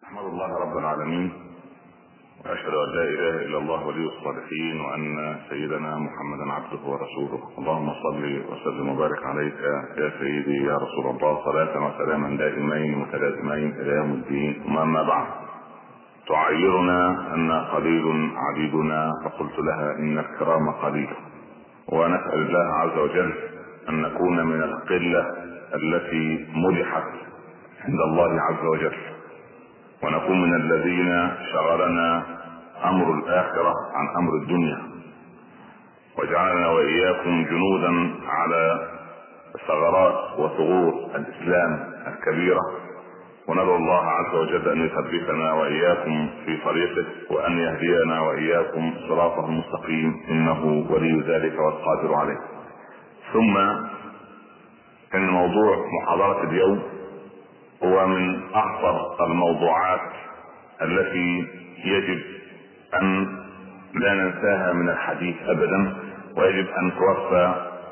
احمد الله رب العالمين، واشهد ان لا اله الا الله ولي الصالحين، وان سيدنا محمدا عبده ورسوله. اللهم صل وسلم وبارك عليك يا سيدي يا رسول الله، صلاة وسلاما دائمين متلازمين الى يوم الدين. ثم اما بعد، تعيرنا ان قليل عبيدنا، فقلت لها ان الكرام قليل، ونسال الله عز وجل ان نكون من القله التي مدحت عند الله عز وجل، ونكون من الذين شغلنا امر الاخره عن امر الدنيا، وجعلنا واياكم جنودا على ثغرات وثغور الاسلام الكبيره. وندعو الله عز وجل ان يثبتنا واياكم في طريقه، وان يهدينا واياكم صراطه المستقيم، انه ولي ذلك والقادر عليه. ثم ان موضوع محاضره اليوم هو من اخطر الموضوعات التي يجب ان لا ننساها من الحديث ابدا، ويجب ان توفى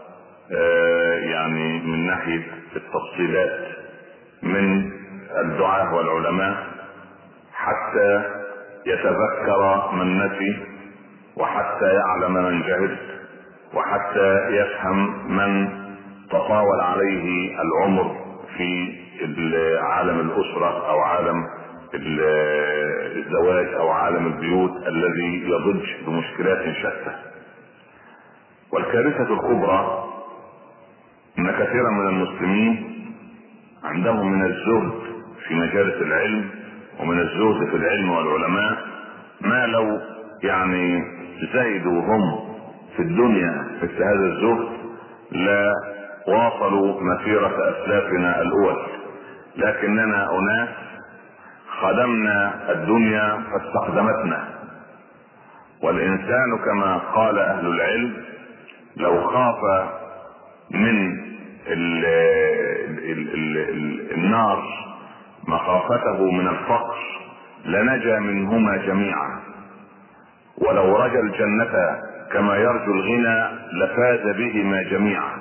يعني من ناحيه التفصيلات من الدعاة والعلماء، حتى يتذكر من نسي، وحتى يعلم من جهل، وحتى يفهم من تطاول عليه العمر في عالم الاسرة او عالم الزواج او عالم البيوت الذي يضج بمشكلات شتى. والكارثة الكبرى ان كثيرا من المسلمين عندهم من الزهد في مجالس العلم ومن الزهد في العلم والعلماء ما لو يعني زايدوا هم في الدنيا مثل هذا الزهد لا واصلوا مسيرة اسلافنا الاول، لكننا اناس خدمنا الدنيا فاستخدمتنا. والانسان كما قال اهل العلم لو خاف من النار مخافته من الفقر لنجا منهما جميعا، ولو رجا الجنة كما يرجو الغنى لفاز بهما جميعا،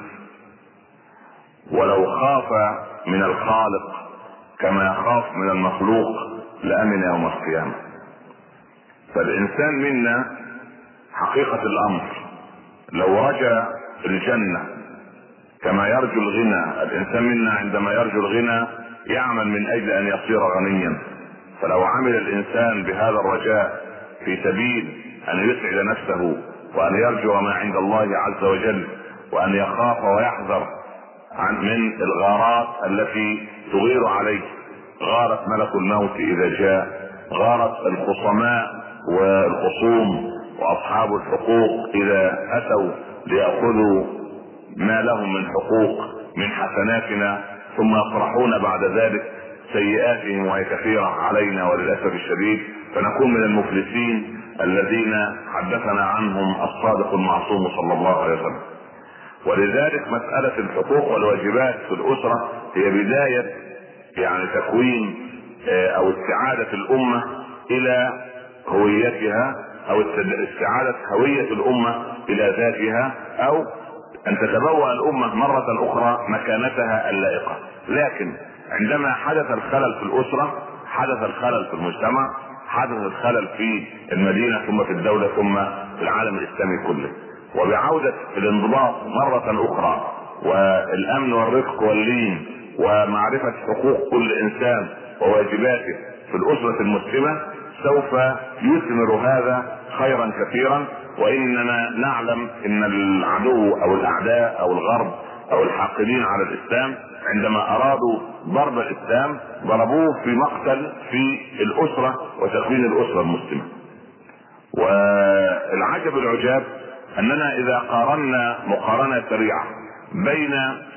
ولو خاف من الخالق كما يخاف من المخلوق لأمن يوم القيامة. فالإنسان منا حقيقة الأمر لو رجا الجنة كما يرجو الغنى، الإنسان منا عندما يرجو الغنى يعمل من أجل أن يصير غنيا. فلو عمل الإنسان بهذا الرجاء في سبيل أن يسعد نفسه وأن يرجو ما عند الله عز وجل، وأن يخاف ويحذر من الغارات التي تغير عليه، غارت ملك الموت إذا جاء، غارت الخصماء والخصوم وأصحاب الحقوق إذا أتوا ليأخذوا ما لهم من حقوق من حسناتنا، ثم يطرحون بعد ذلك سيئاتهم وهي كثيرة علينا وللأسف الشديد، فنكون من المفلسين الذين حدثنا عنهم الصادق المعصوم صلى الله عليه وسلم. ولذلك مسألة الحقوق والواجبات في الأسرة هي بداية يعني تكوين أو استعادة الأمة إلى هويتها، أو استعادة هوية الأمة إلى ذاتها، أو أن تتبوأ الأمة مرة أخرى مكانتها اللائقة. لكن عندما حدث الخلل في الأسرة حدث الخلل في المجتمع، حدث الخلل في المدينة، ثم في الدولة، ثم في العالم الإسلامي كله. وبعودة الانضباط مرة أخرى والأمن والرفق واللين ومعرفة حقوق كل إنسان وواجباته في الأسرة المسلمة سوف يثمر هذا خيرا كثيرا. وإننا نعلم ان العدو او الاعداء او الغرب او الحاقدين على الاسلام عندما ارادوا ضرب الاسلام ضربوه في مقتل في الاسرة وتكوين الاسرة المسلمة. والعجب العجاب اننا اذا قارنا مقارنة سريعة بين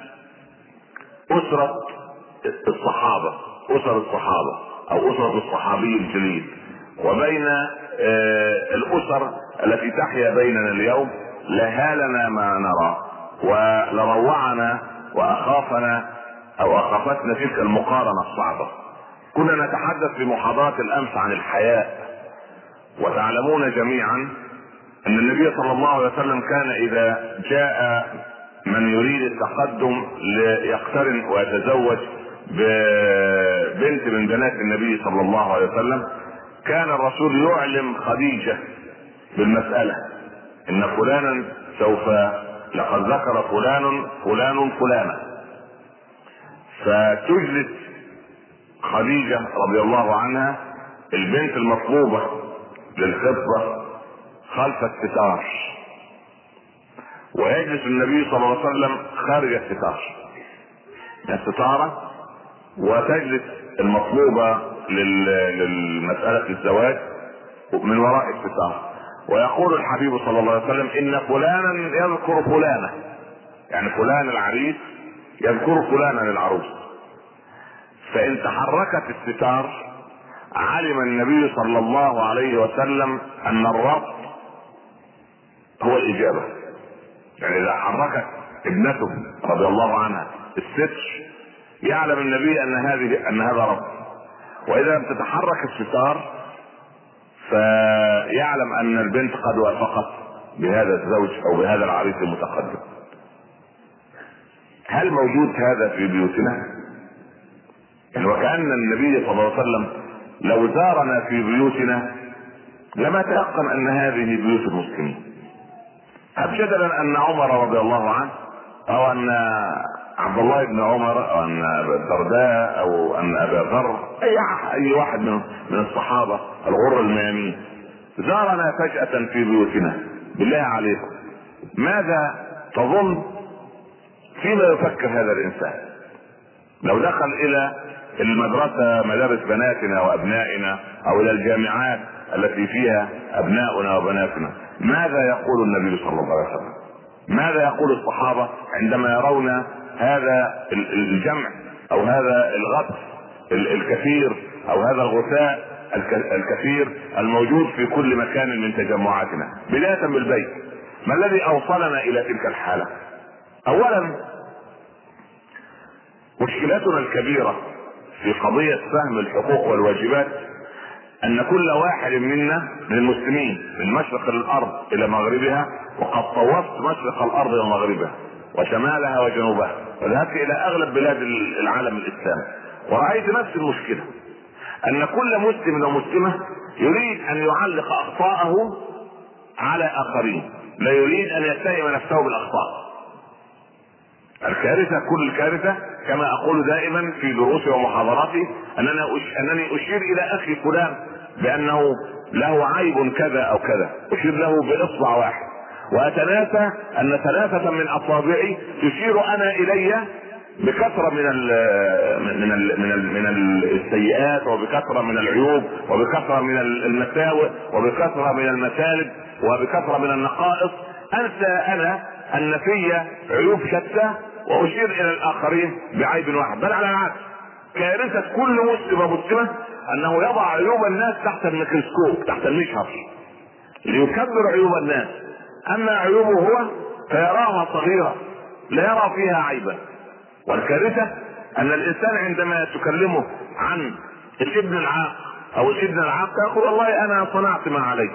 اسرة الصحابة، اسر الصحابة او اسرة الصحابي الجليل، وبين الاسر التي تحيا بيننا اليوم، لهالنا ما نرى ولروعنا واخافنا او اخافتنا تلك المقارنة الصعبة. كنا نتحدث في محاضرات الامس عن الحياء، وتعلمون جميعا ان النبي صلى الله عليه وسلم كان اذا جاء من يريد التقدم ليقترن ويتزوج بنت من بنات النبي صلى الله عليه وسلم، كان الرسول يعلم خديجة بالمسألة ان فلانا سوف لقد ذكر فلان فلانة، فتجلس خديجة رضي الله عنها البنت المطلوبة للخطبة خلف الستار، ويجلس النبي صلى الله عليه وسلم خارج الستارة، وتجلس المطلوبة للمسألة الزواج من وراء الستار، ويقول الحبيب صلى الله عليه وسلم ان فلانا يذكر فلانة، يعني فلان العريس يذكر فلانا للعروس. فان تحركت الستار علم النبي صلى الله عليه وسلم ان الرفض هو الاجابة، يعني اذا حركت ابنته رضي الله عنها الستر يعلم النبي ان هذا رفض، واذا لم تتحرك الستار فيعلم ان البنت قد وافقت بهذا الزوج او بهذا العريس المتقدم. هل موجود هذا في بيوتنا؟ يعني وكأن النبي صلى الله عليه وسلم لو زارنا في بيوتنا لما تيقن ان هذه بيوت المسلمين. هب جدلا ان عمر رضي الله عنه او ان عبد الله بن عمر او ان ابا الدرداء او ان ابا ذر اي واحد من الصحابة الغر الميامين زارنا فجأة في بيوتنا، بالله عليكم ماذا تظن فيما يفكر هذا الانسان لو دخل الى المدرسة مدارس بناتنا وابنائنا او الى الجامعات التي فيها ابناؤنا وبناتنا؟ ماذا يقول النبي صلى الله عليه وسلم؟ ماذا يقول الصحابة عندما يرون هذا الجمع او هذا الغطس الكثير او هذا الغثاء الكثير الموجود في كل مكان من تجمعاتنا بداية بالبيت؟ ما الذي اوصلنا الى تلك الحالة؟ اولا مشكلتنا الكبيرة في قضية فهم الحقوق والواجبات ان كل واحد منا من المسلمين من مشرق الارض الى مغربها، وقد طوفت مشرق الارض الى مغربها وشمالها وجنوبها وذهبت الى اغلب بلاد العالم الاسلامي، ورأيت نفس المشكلة ان كل مسلم ومسلمة يريد ان يعلق اخطاءه على اخرين، لا يريد ان يتهم نفسه بالاخطاء. الكارثة كل الكارثة كما اقول دائما في دروسي ومحاضراتي انني اشير الى اخي فلان بانه له عيب كذا او كذا، اشير له باصبع واحد، واتناسى ان 3 من اصابعي تشير انا الي بكثرة من السيئات وبكثرة من العيوب وبكثرة من المساوئ وبكثرة من المسالب وبكثرة من النقائص. انسى انا ان في عيوب شتى واشير الى الاخرين بعيب واحد، بل على العكس كارثة كل مسلم ومسلمة انه يضع عيوب الناس تحت الميكروسكوب تحت المشهر ليكبر عيوب الناس، اما عيوبه هو فيراها صغيرة لا يرى فيها عيبا. والكارثة ان الانسان عندما تكلمه عن الابن العاق او الابن العاق يقول والله انا صنعت ما علي.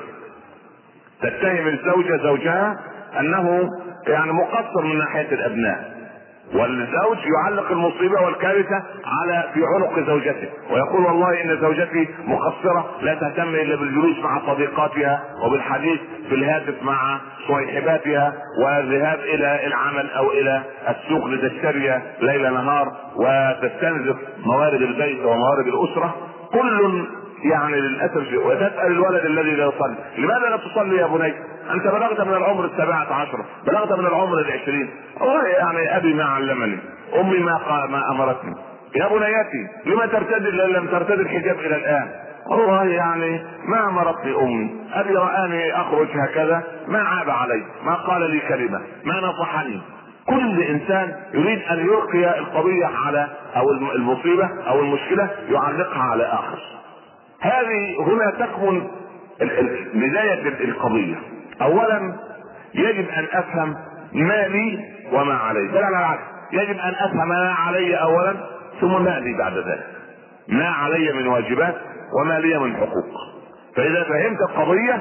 تتهم الزوجة زوجها انه يعني مقصر من ناحية الابناء، والزوج يعلق المصيبة والكارثة في عنق زوجته ويقول والله ان زوجتي مقصرة لا تهتم الا بالجلوس مع صديقاتها وبالحديث في الهاتف مع صيحباتها والذهاب الى العمل او الى السوق لتشتري ليل نهار وتستنزف موارد البيت وموارد الاسرة. كل يعني للاسف. وتسأل الولد الذي لا يصلي لماذا لا تصلي يا بني؟ انت بلغت من العمر 17 بلغت من العمر 20. والله يعني ابي ما علمني، امي ما امرتني. يا بنياتي لما لم ترتدي الحجاب الى الان؟ والله يعني ما امرتني امي، ابي رآني اخرج هكذا ما عاب علي، ما قال لي كلمة، ما نصحني. كل انسان يريد ان يلقي القضية على او المصيبة او المشكلة يعلقها على اخر. هذه هنا تكمن بداية القضية. اولا يجب ان افهم ما لي وما علي، بل على العكس يجب ان افهم ما علي اولا ثم ما لي بعد ذلك، ما علي من واجبات وما لي من حقوق. فاذا فهمت القضية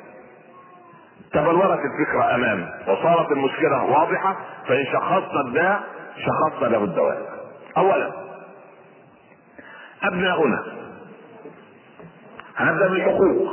تبلورت الفكرة امامي وصارت المشكلة واضحة، فان شخصنا الداء شخصنا له الدواء. اولا ابناؤنا. هنبدأ بالحقوق.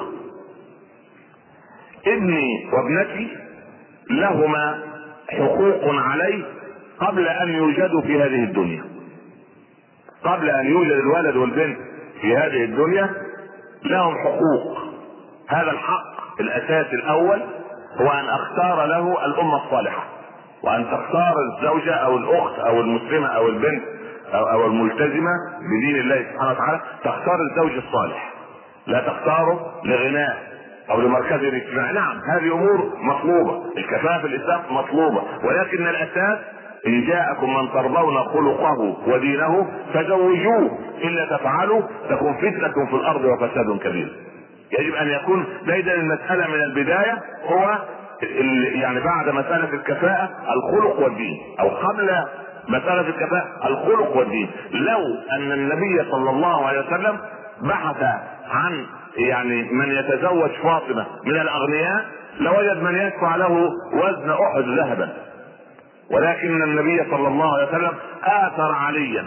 ابني وابنتي لهما حقوق علي قبل ان يوجدوا في هذه الدنيا. قبل ان يوجد الولد والبنت في هذه الدنيا لهم حقوق. هذا الحق الاساسي الاول هو ان اختار له الامة الصالحة، وان تختار الزوجة او الاخت او المسلمة او البنت او الملتزمة بدين الله سبحانه وتعالى، تختار الزوج الصالح، لا تختاره لغناه او لمركزه الاجتماعي. نعم هذه امور مطلوبة، الكفاءة في الاسلام مطلوبة، ولكن الاساس ان جاءكم من ترضون خلقه ودينه فزوجوه، الا تفعلوا تكون فتنة في الارض وفساد كبير. يجب ان يكون دايما المسألة من البداية هو يعني بعد مسألة الكفاءة الخلق والدين، او قبل مسألة الكفاءة الخلق والدين. لو ان النبي صلى الله عليه وسلم بحث عن يعني من يتزوج فاطمة من الاغنياء لوجد من يدفع له وزن احد ذهبا، ولكن النبي صلى الله عليه وسلم آثر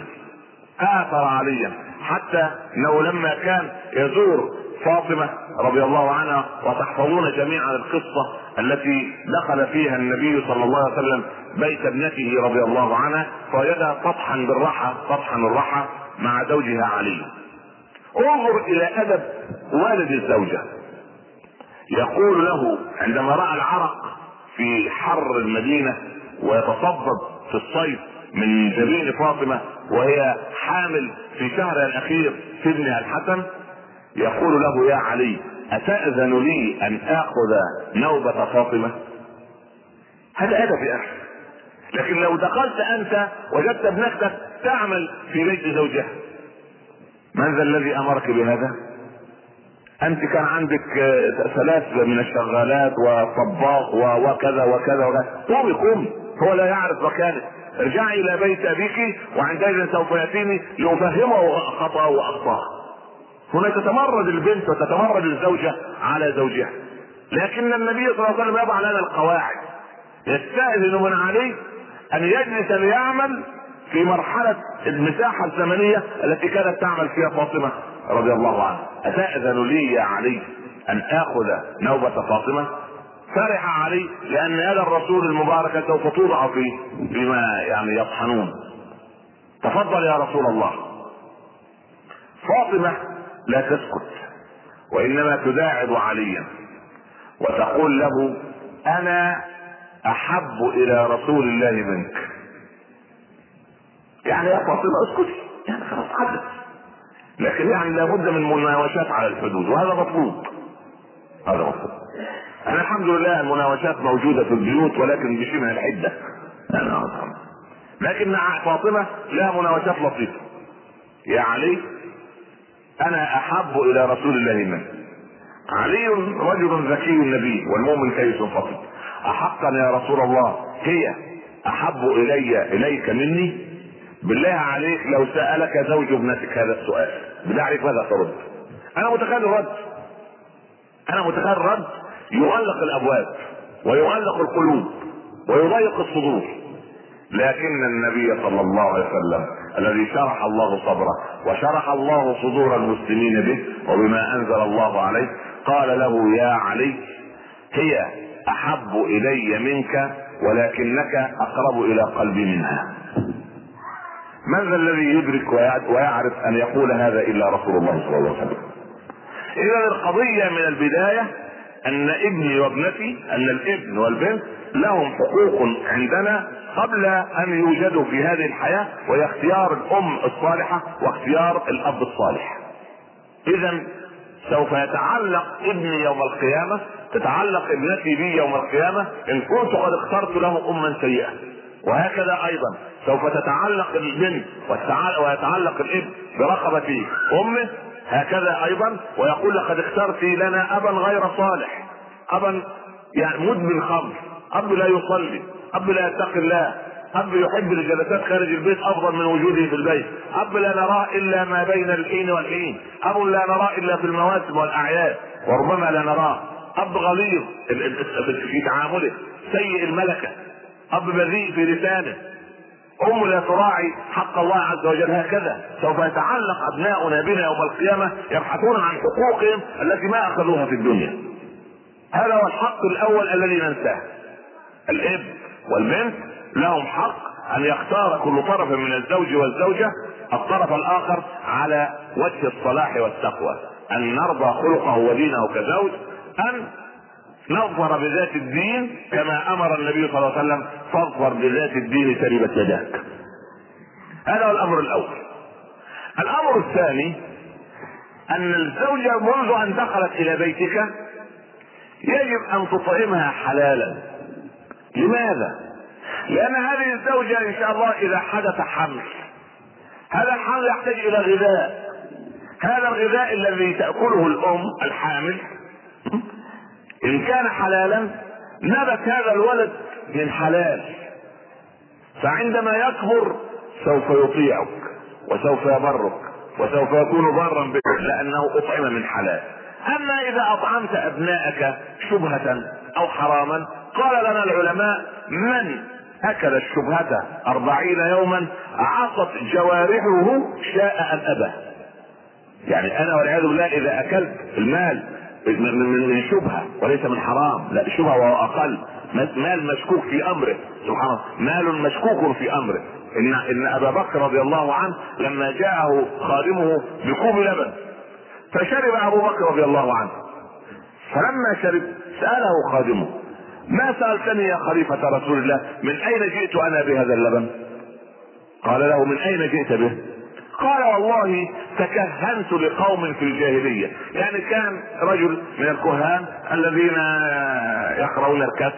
عليا حتى انه لما كان يزور فاطمة رضي الله عنها، وتحفظون جميعا القصة التي دخل فيها النبي صلى الله عليه وسلم بيت ابنته رضي الله عنها فوجدها سطحا بالرحى مع زوجها علي. انظر الى ادب والد الزوجة، يقول له عندما رأى العرق في حر المدينة ويتصبب في الصيف من جبين فاطمة وهي حامل في شهرها الاخير في ابنها الحسن، يقول له: يا علي اتأذن لي ان اخذ نوبة فاطمة؟ هذا ادب يا اخي. لكن لو دخلت انت وجدت ابنتك تعمل في بيت زوجها، من ذا الذي امرك بهذا؟ انت كان عندك 3 من الشغالات وطباخ وكذا وكذا، قومي هو لا يعرف مكانك، ارجعي الى بيت ابيك وعندئذ سوف ياتيني لافهمه خطأه واخطاءه. هنا تتمرد البنت وتتمرد الزوجة على زوجها، لكن النبي صلى الله عليه وسلم يضع لنا القواعد. يستأذن من عليه ان يجلس ليعمل في مرحلة المساحة الزمنية التي كانت تعمل فيها فاطمة رضي الله عنها. أتأذن لي يا علي ان اخذ نوبة فاطمة؟ فرح علي لان يد الرسول المباركة سوف توضع فيما يعني يطحنون. تفضل يا رسول الله. فاطمة لا تسكت، وانما تداعب عليا وتقول له: انا احب الى رسول الله منك. يعني يا فاطمة اسكتي، يعني خلاص حدث، لكن يعني لابد من مناوشات على الحدود، وهذا مطلوب. انا الحمد لله المناوشات موجودة في البيوت، ولكن بشيء من الحدة. لكن مع فاطمة لا، مناوشات لطيفة. يا علي انا احب الى رسول الله منك. علي رجل ذكي النبي والمؤمن كيس فطن. احقا يا رسول الله هي احب اليك مني؟ بالله عليك لو سألك زوج ابنتك هذا السؤال بالله عليك ماذا ترد؟ انا متخيل رد يغلق الابواب ويغلق القلوب ويضيق الصدور. لكن النبي صلى الله عليه وسلم الذي شرح الله صدره وشرح الله صدور المسلمين به وبما انزل الله عليه، قال له: يا علي هي احب الي منك ولكنك اقرب الى قلبي منها. من ذا الذي يدرك ويعرف ان يقول هذا الا رسول الله صلى الله عليه وسلم؟ اذا القضية من البداية ان ابني وابنتي، ان الابن والبنت لهم حقوق عندنا قبل ان يوجدوا في هذه الحياة، وهي اختيار الام الصالحة واختيار الاب الصالح. اذا سوف يتعلق ابني يوم القيامة، تتعلق ابنتي بي يوم القيامة ان كنت قد اخترت له اما سيئة، وهكذا ايضا سوف تتعلق البنت ويتعلق الابن برقبة امه، هكذا ايضا. ويقول: لقد اخترت لنا ابا غير صالح، ابا يعني مدمن خمر، اب لا يصلي، اب لا يتقي الله، اب يحب الجلسات خارج البيت افضل من وجوده في البيت، اب لا نراه الا ما بين الحين والحين، اب لا نراه الا في المواسم والاعياد وربما لا نراه، اب غليظ في تعامله، سيء الملكة، اب بذيء في لسانه. لا تراعي حق الله عز وجل، هكذا سوف يتعلق ابناؤنا بنا يوم القيامة يبحثون عن حقوقهم التي ما اخذوها في الدنيا. هذا هو الحق الاول الذي ننساه. الاب والبنت لهم حق ان يختار كل طرف من الزوج والزوجة الطرف الاخر على وجه الصلاح والتقوى، ان نرضى خلقه ودينه كزوج، ان نظفر بذات الدين كما امر النبي صلى الله عليه وسلم فاظفر بذات الدين تربت يداك. هذا هو الامر الاول. الامر الثاني ان الزوجة منذ ان دخلت الى بيتك يجب ان تطعمها حلالا. لماذا؟ لان هذه الزوجة ان شاء الله اذا حدث حمل، هذا الحمل يحتاج الى غذاء. هذا الغذاء الذي تأكله الام الحامل ان كان حلالا نبت هذا الولد من حلال، فعندما يكبر سوف يطيعك وسوف يبرك وسوف يكون ضارا بك لانه اطعم من حلال. اما اذا اطعمت ابنائك شبهة او حراما، قال لنا العلماء من اكل الشبهة 40 يوما عصت جوارحه شاء ام ابى. يعني انا والعياذ بالله اذا اكلت المال من شبهة وليس من حرام، لا شبهة وهو اقل، مال مشكوك في امره، سبحان الله، مال مشكوك في امره. ان ابا بكر رضي الله عنه لما جاءه خادمه بكوب لبن فشرب ابو بكر رضي الله عنه، فلما شرب سأله خادمه ما سألتني يا خليفة رسول الله من اين جئت انا بهذا اللبن؟ قال له من اين جئت به؟ قال والله تكهنت لقوم في الجاهلية. يعني كان رجل من الكهان الذين يقرؤون الكف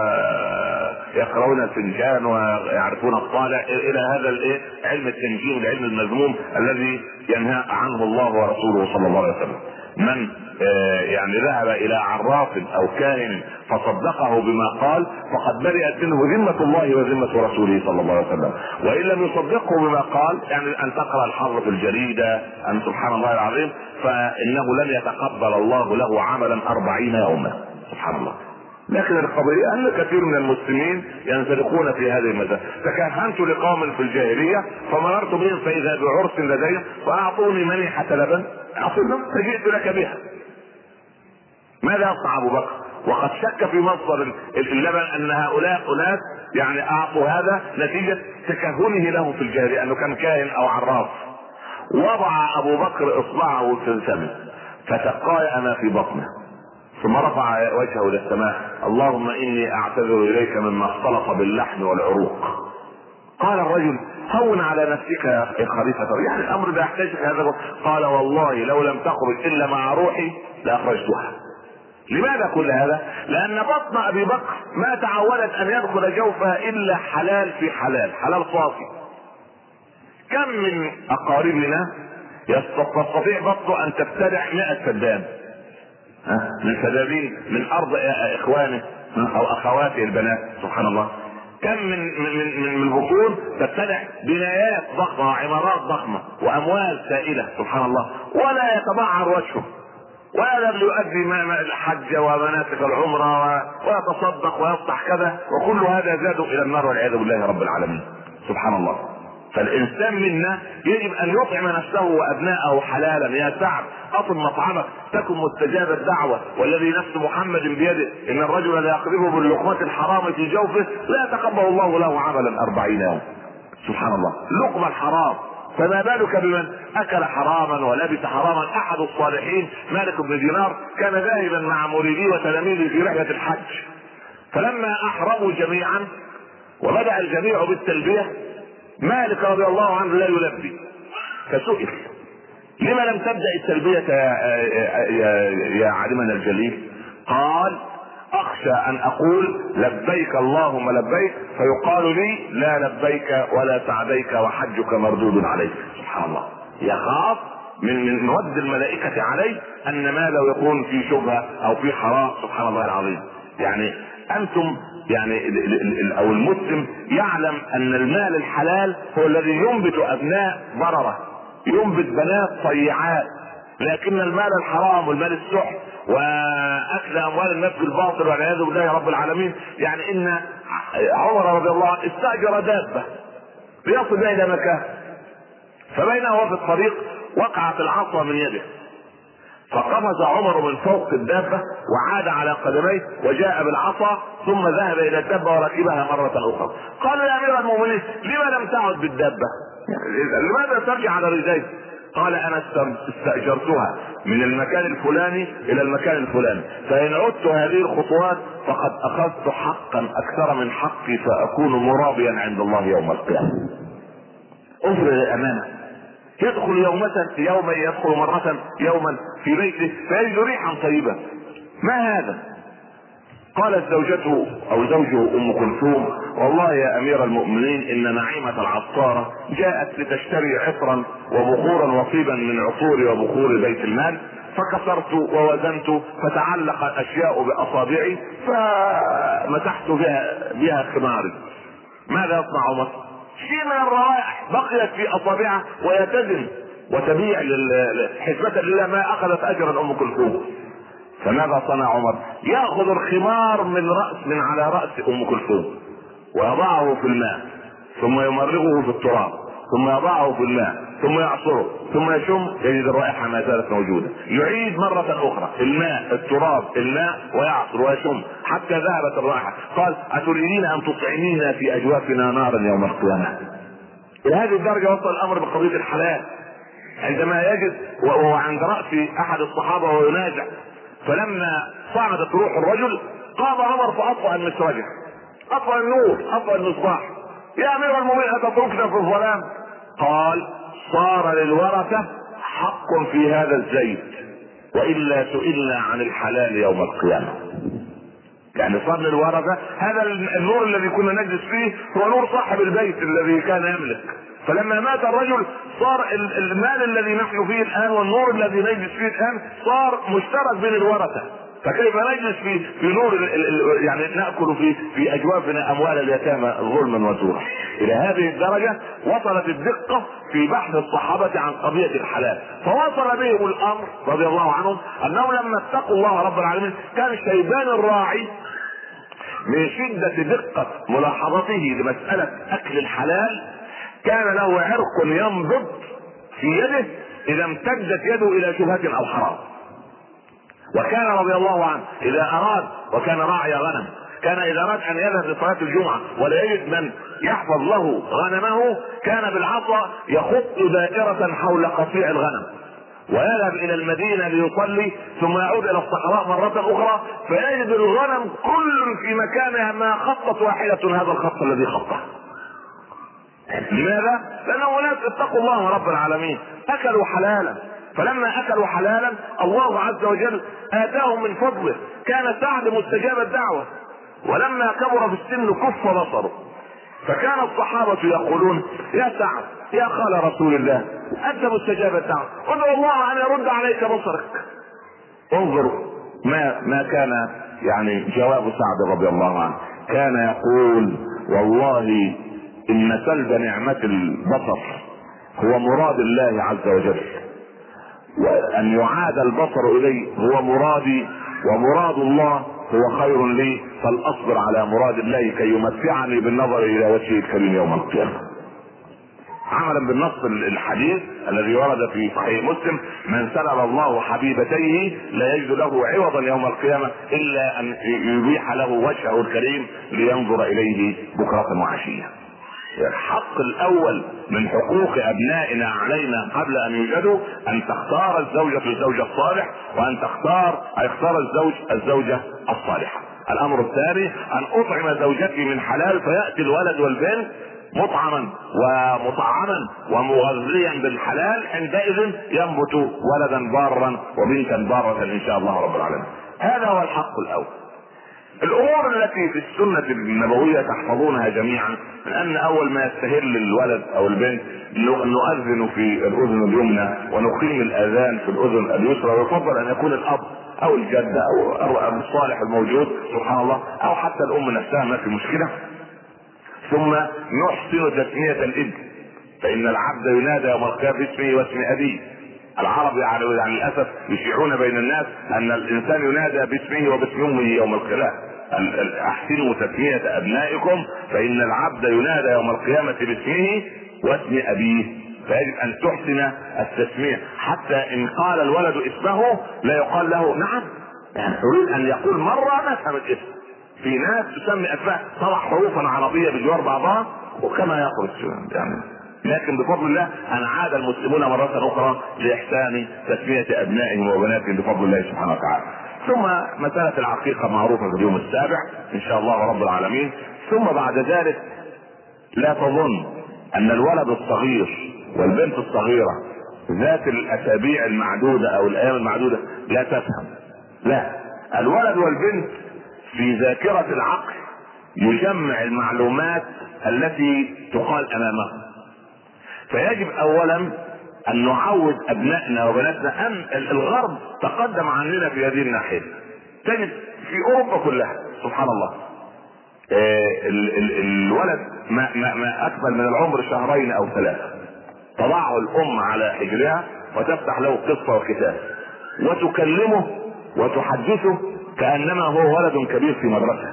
ويقرؤون الفنجان ويعرفون الطالع الى هذا علم التنجيم، العلم المذموم الذي ينهى عنه الله ورسوله صلى الله عليه وسلم. من يعني ذهب الى عراف او كاهن فصدقه بما قال فقد برئت منه ذمة الله وذمة رسوله صلى الله عليه وسلم. وان لم يصدقه بما قال، يعني ان تقرأ الحر في الجريدة، ان سبحان الله العظيم، فانه لن يتقبل الله له عملا 40 يوما، سبحان الله. لكن القضية ان كثير من المسلمين ينسلقون في هذه المسألة. تكهنت لقوم في الجاهلية فمررت بهم فاذا بعرس لديهم فاعطوني منيحة لبن اقول فجئت لك بها. ماذا يصنع ابو بكر وقد شك في مصدر اللبن ان هؤلاء اناس يعني اعطوا هذا نتيجة تكهنه له في الجاهلية انه كان كاهن او عراف؟ وضع ابو بكر اصبعه في فمه فتقايا ما في بطنه ثم رفع وجهه الى السماء اللهم اني اعتذر اليك مما اختلط باللحم والعروق. قال الرجل هون على نفسك يا خليفة، يعني الامر ده يحتاج هذا. قال والله لو لم تخرج الا مع روحي لاخرجتها. لماذا كل هذا؟ لان بطن ابي بكر ما تعودت ان يدخل جوفها الا حلال في حلال، حلال صافي. كم من اقاربنا تستطيع بطنه ان تبتلع 100 فدان من فدادين من ارض اخوانه او اخواته البنات، سبحان الله. كم من البطون تبتلع بنايات ضخمه وعمارات ضخمه واموال سائله، سبحان الله، ولا يتبعر وجهه ولا يؤدي الحج ومناسك العمره ويتصدق ويصلح كذا، وكل هذا زادوا الى النار والعياذ بالله رب العالمين، سبحان الله. فالانسان منا يجب ان يطعم نفسه وابناءه حلالا. يا سعد اطل مطعمك تكن مستجاب الدعوة، والذي نفس محمد بيده ان الرجل لا يقذف باللقمة الحرام في جوفه لا يتقبل الله له عملا 40 يوم، سبحان الله. لقمة الحرام، فما بالك بمن اكل حراما ولبس حراما. احد الصالحين مالك بن دينار كان ذاهبا مع مريديه وتلاميذه في رحلة الحج، فلما احرموا جميعا وبدأ الجميع بالتلبية مالك رضي الله عنه لا يلبي، فسئل لما لم تبدأ التلبية يا عالمنا الجليل؟ قال اخشى ان اقول لبيك اللهم لبيك فيقال لي لا لبيك ولا سعديك وحجك مردود عليك، سبحان الله. يخاف من مود الملائكة عليه ان ماله يكون في شبهة او في حرام، سبحان الله العظيم. يعني انتم يعني او المسلم يعلم ان المال الحلال هو الذي ينبت ابناء بررة، ينبت بنات طيعات. لكن المال الحرام والمال السحت واكل اموال الناس بالباطل والعياذ بالله رب العالمين، يعني ان عمر رضي الله عنه استاجر دابة ليصل بها الى مكان. فبينما هو في الطريق وقعت العصا من يده، فقفز عمر من فوق الدابة وعاد على قدميه وجاء بالعصا ثم ذهب الى الدابة وركبها مرة اخرى. قال يا امير المؤمنين لما لم تعد بالدابة؟ لماذا ترجع على رجليك؟ قال انا استأجرتها من المكان الفلاني الى المكان الفلاني، فان عدت هذه الخطوات فقد اخذت حقا اكثر من حقي فاكون مرابيا عند الله يوم القيامة. انظر الامانة. يدخل يوما يدخل مرة يوما في بيته فيجد ريحا طيبة، ما هذا؟ قالت زوجته او زوجه ام كلثوم والله يا امير المؤمنين ان نعيمة العطارة جاءت لتشتري عطرا وبخورا وطيبا من عطور وبخور بيت المال، فكسرت ووزنت فتعلق الاشياء باصابعي فمسحت بها خماري. ماذا يصنع عمر؟ شيء من الروائح بقيت في اصابعها ويتزن وتبيع حسبة لله ما اخذت اجرا ام كلثوم. فماذا صنع عمر؟ ياخذ الخمار من على راس ام كلثوم ويضعه في الماء ثم يمرغه في التراب ثم يضعه في الماء ثم يعصره ثم يشم يجد الرائحة ما زالت موجودة، يعيد مرة اخرى الماء التراب الماء ويعصر ويشم حتى ذهبت الرائحة. قال اتريدين ان تطعمينا في اجوافنا نارا يوم القيامة؟ الى هذه الدرجة وصل الامر بقضية الحلال. عندما يجد وهو عند رأس احد الصحابة وينازع، فلما صعدت روح الرجل قام عمر فاطفأ المسرجة، اطفأ النور، اطفأ المصباح. يا امير المؤمنين اتتركنا في الظلام؟ قال صار للورثة حق في هذا الزيت والا سئلنا عن الحلال يوم القيامة. يعني صار للورثة هذا النور الذي كنا نجلس فيه هو نور صاحب البيت الذي كان يملك، فلما مات الرجل صار المال الذي نحن فيه الان والنور الذي نجلس فيه الان صار مشترك بين الورثة. فكيف نجلس في نور يعني ناكل في اجوافنا اموال اليتامى ظلما وزورا؟ الى هذه الدرجه وصلت الدقه في بحث الصحابه عن قضيه الحلال، فوصل بهم الامر رضي الله عنهم انهم لما اتقوا الله رب العالمين كان شيبان الراعي من شده دقه ملاحظته لمساله اكل الحلال كان له عرق ينبض في يده اذا امتدت يده الى شبهه او حرام. وكان رضي الله عنه اذا اراد، وكان راعي غنم، كان اذا اراد ان يذهب لصلاة الجمعة ولا يجد من يحفظ له غنمه كان بالعصا يخط دائرة حول قطيع الغنم ويذهب الى المدينة ليصلي ثم يعود الى الصحراء مرة اخرى فيجد الغنم كل في مكانها ما خطت واحدة هذا الخط الذي خطه. لماذا؟ لانه ناس اتقوا الله رب العالمين اكلوا حلالا، فلما اكلوا حلالا الله عز وجل اتاهم من فضله. كان سعد مستجاب الدعوة ولما كبر في السن كف بصره، فكان الصحابة يقولون يا سعد يا خال رسول الله انت مستجاب الدعوة ادعو الله ان يرد عليك بصرك. انظر ما كان يعني جواب سعد رضي الله عنه، كان يقول والله ان سلب نعمة البصر هو مراد الله عز وجل، وان يعاد البصر الي هو مرادي، ومراد الله هو خير لي، فالاصبر على مراد الله كي يمتعني بالنظر الى وجهه الكريم يوم القيامة. عملا بالنص الحديث الذي ورد في صحيح مسلم من سلب الله حبيبتيه لا يجد له عوضا يوم القيامة الا ان يبيح له وجهه الكريم لينظر اليه بكرة وعشية. الحق الاول من حقوق ابنائنا علينا قبل ان يوجدوا ان تختار الزوجة الزوج الصالح، وان يختار الزوج الزوجة الصالحة. الامر الثاني ان اطعم زوجتي من حلال فيأتي الولد والبنت مطعما ومطعما ومغذيا بالحلال، عندئذ ينبت ولدا بارا وبنتا بارة ان شاء الله رب العالمين. هذا هو الحق الاول. الامور التي في السنة النبوية تحفظونها جميعا، من ان اول ما يستهل الولد او البنت نؤذن في الاذن اليمنى ونقيم الاذان في الاذن اليسرى، ويفضل ان يكون الاب او الجد او الصالح الموجود سبحان الله او حتى الام نفسها ما في مشكلة. ثم نحسن تسمية الابن، فان العبد ينادى يوم القيامة باسمه واسم ابيه. العرب يعني للاسف يشيعون بين الناس ان الانسان ينادى باسمه وباسم امه يوم القيامة، احسنوا تسمية ابنائكم فان العبد ينادى يوم القيامة باسمه واسم ابيه، فيجب ان تحسن التسمية، حتى ان قال الولد اسمه لا يقال له نعم، يعني يريد ان يقول مرة نفهم الاسم. في ناس تسمي اسماء طبعا حروفا عربية بجوار بعضها وكما يخرج يعني، لكن بفضل الله ان عاد المسلمون مرة اخرى لاحسان تسمية ابنائهم وبناتهم بفضل الله سبحانه وتعالى. ثم مسألة العقيقة معروفة في اليوم السابع ان شاء الله رب العالمين. ثم بعد ذلك لا تظن ان الولد الصغير والبنت الصغيرة ذات الاسابيع المعدودة او الايام المعدودة لا تفهم، لا، الولد والبنت في ذاكرة العقل يجمع المعلومات التي تقال امامه. فيجب اولا ان نعود ابنائنا وبناتنا ان الغرب تقدم عننا في هذه الناحية. تجد في اوروبا كلها سبحان الله الولد ما اكمل من العمر شهرين او 3 تضعه الام على حجرها وتفتح له قصة وكتاب وتكلمه وتحدثه كأنما هو ولد كبير في مدرسة.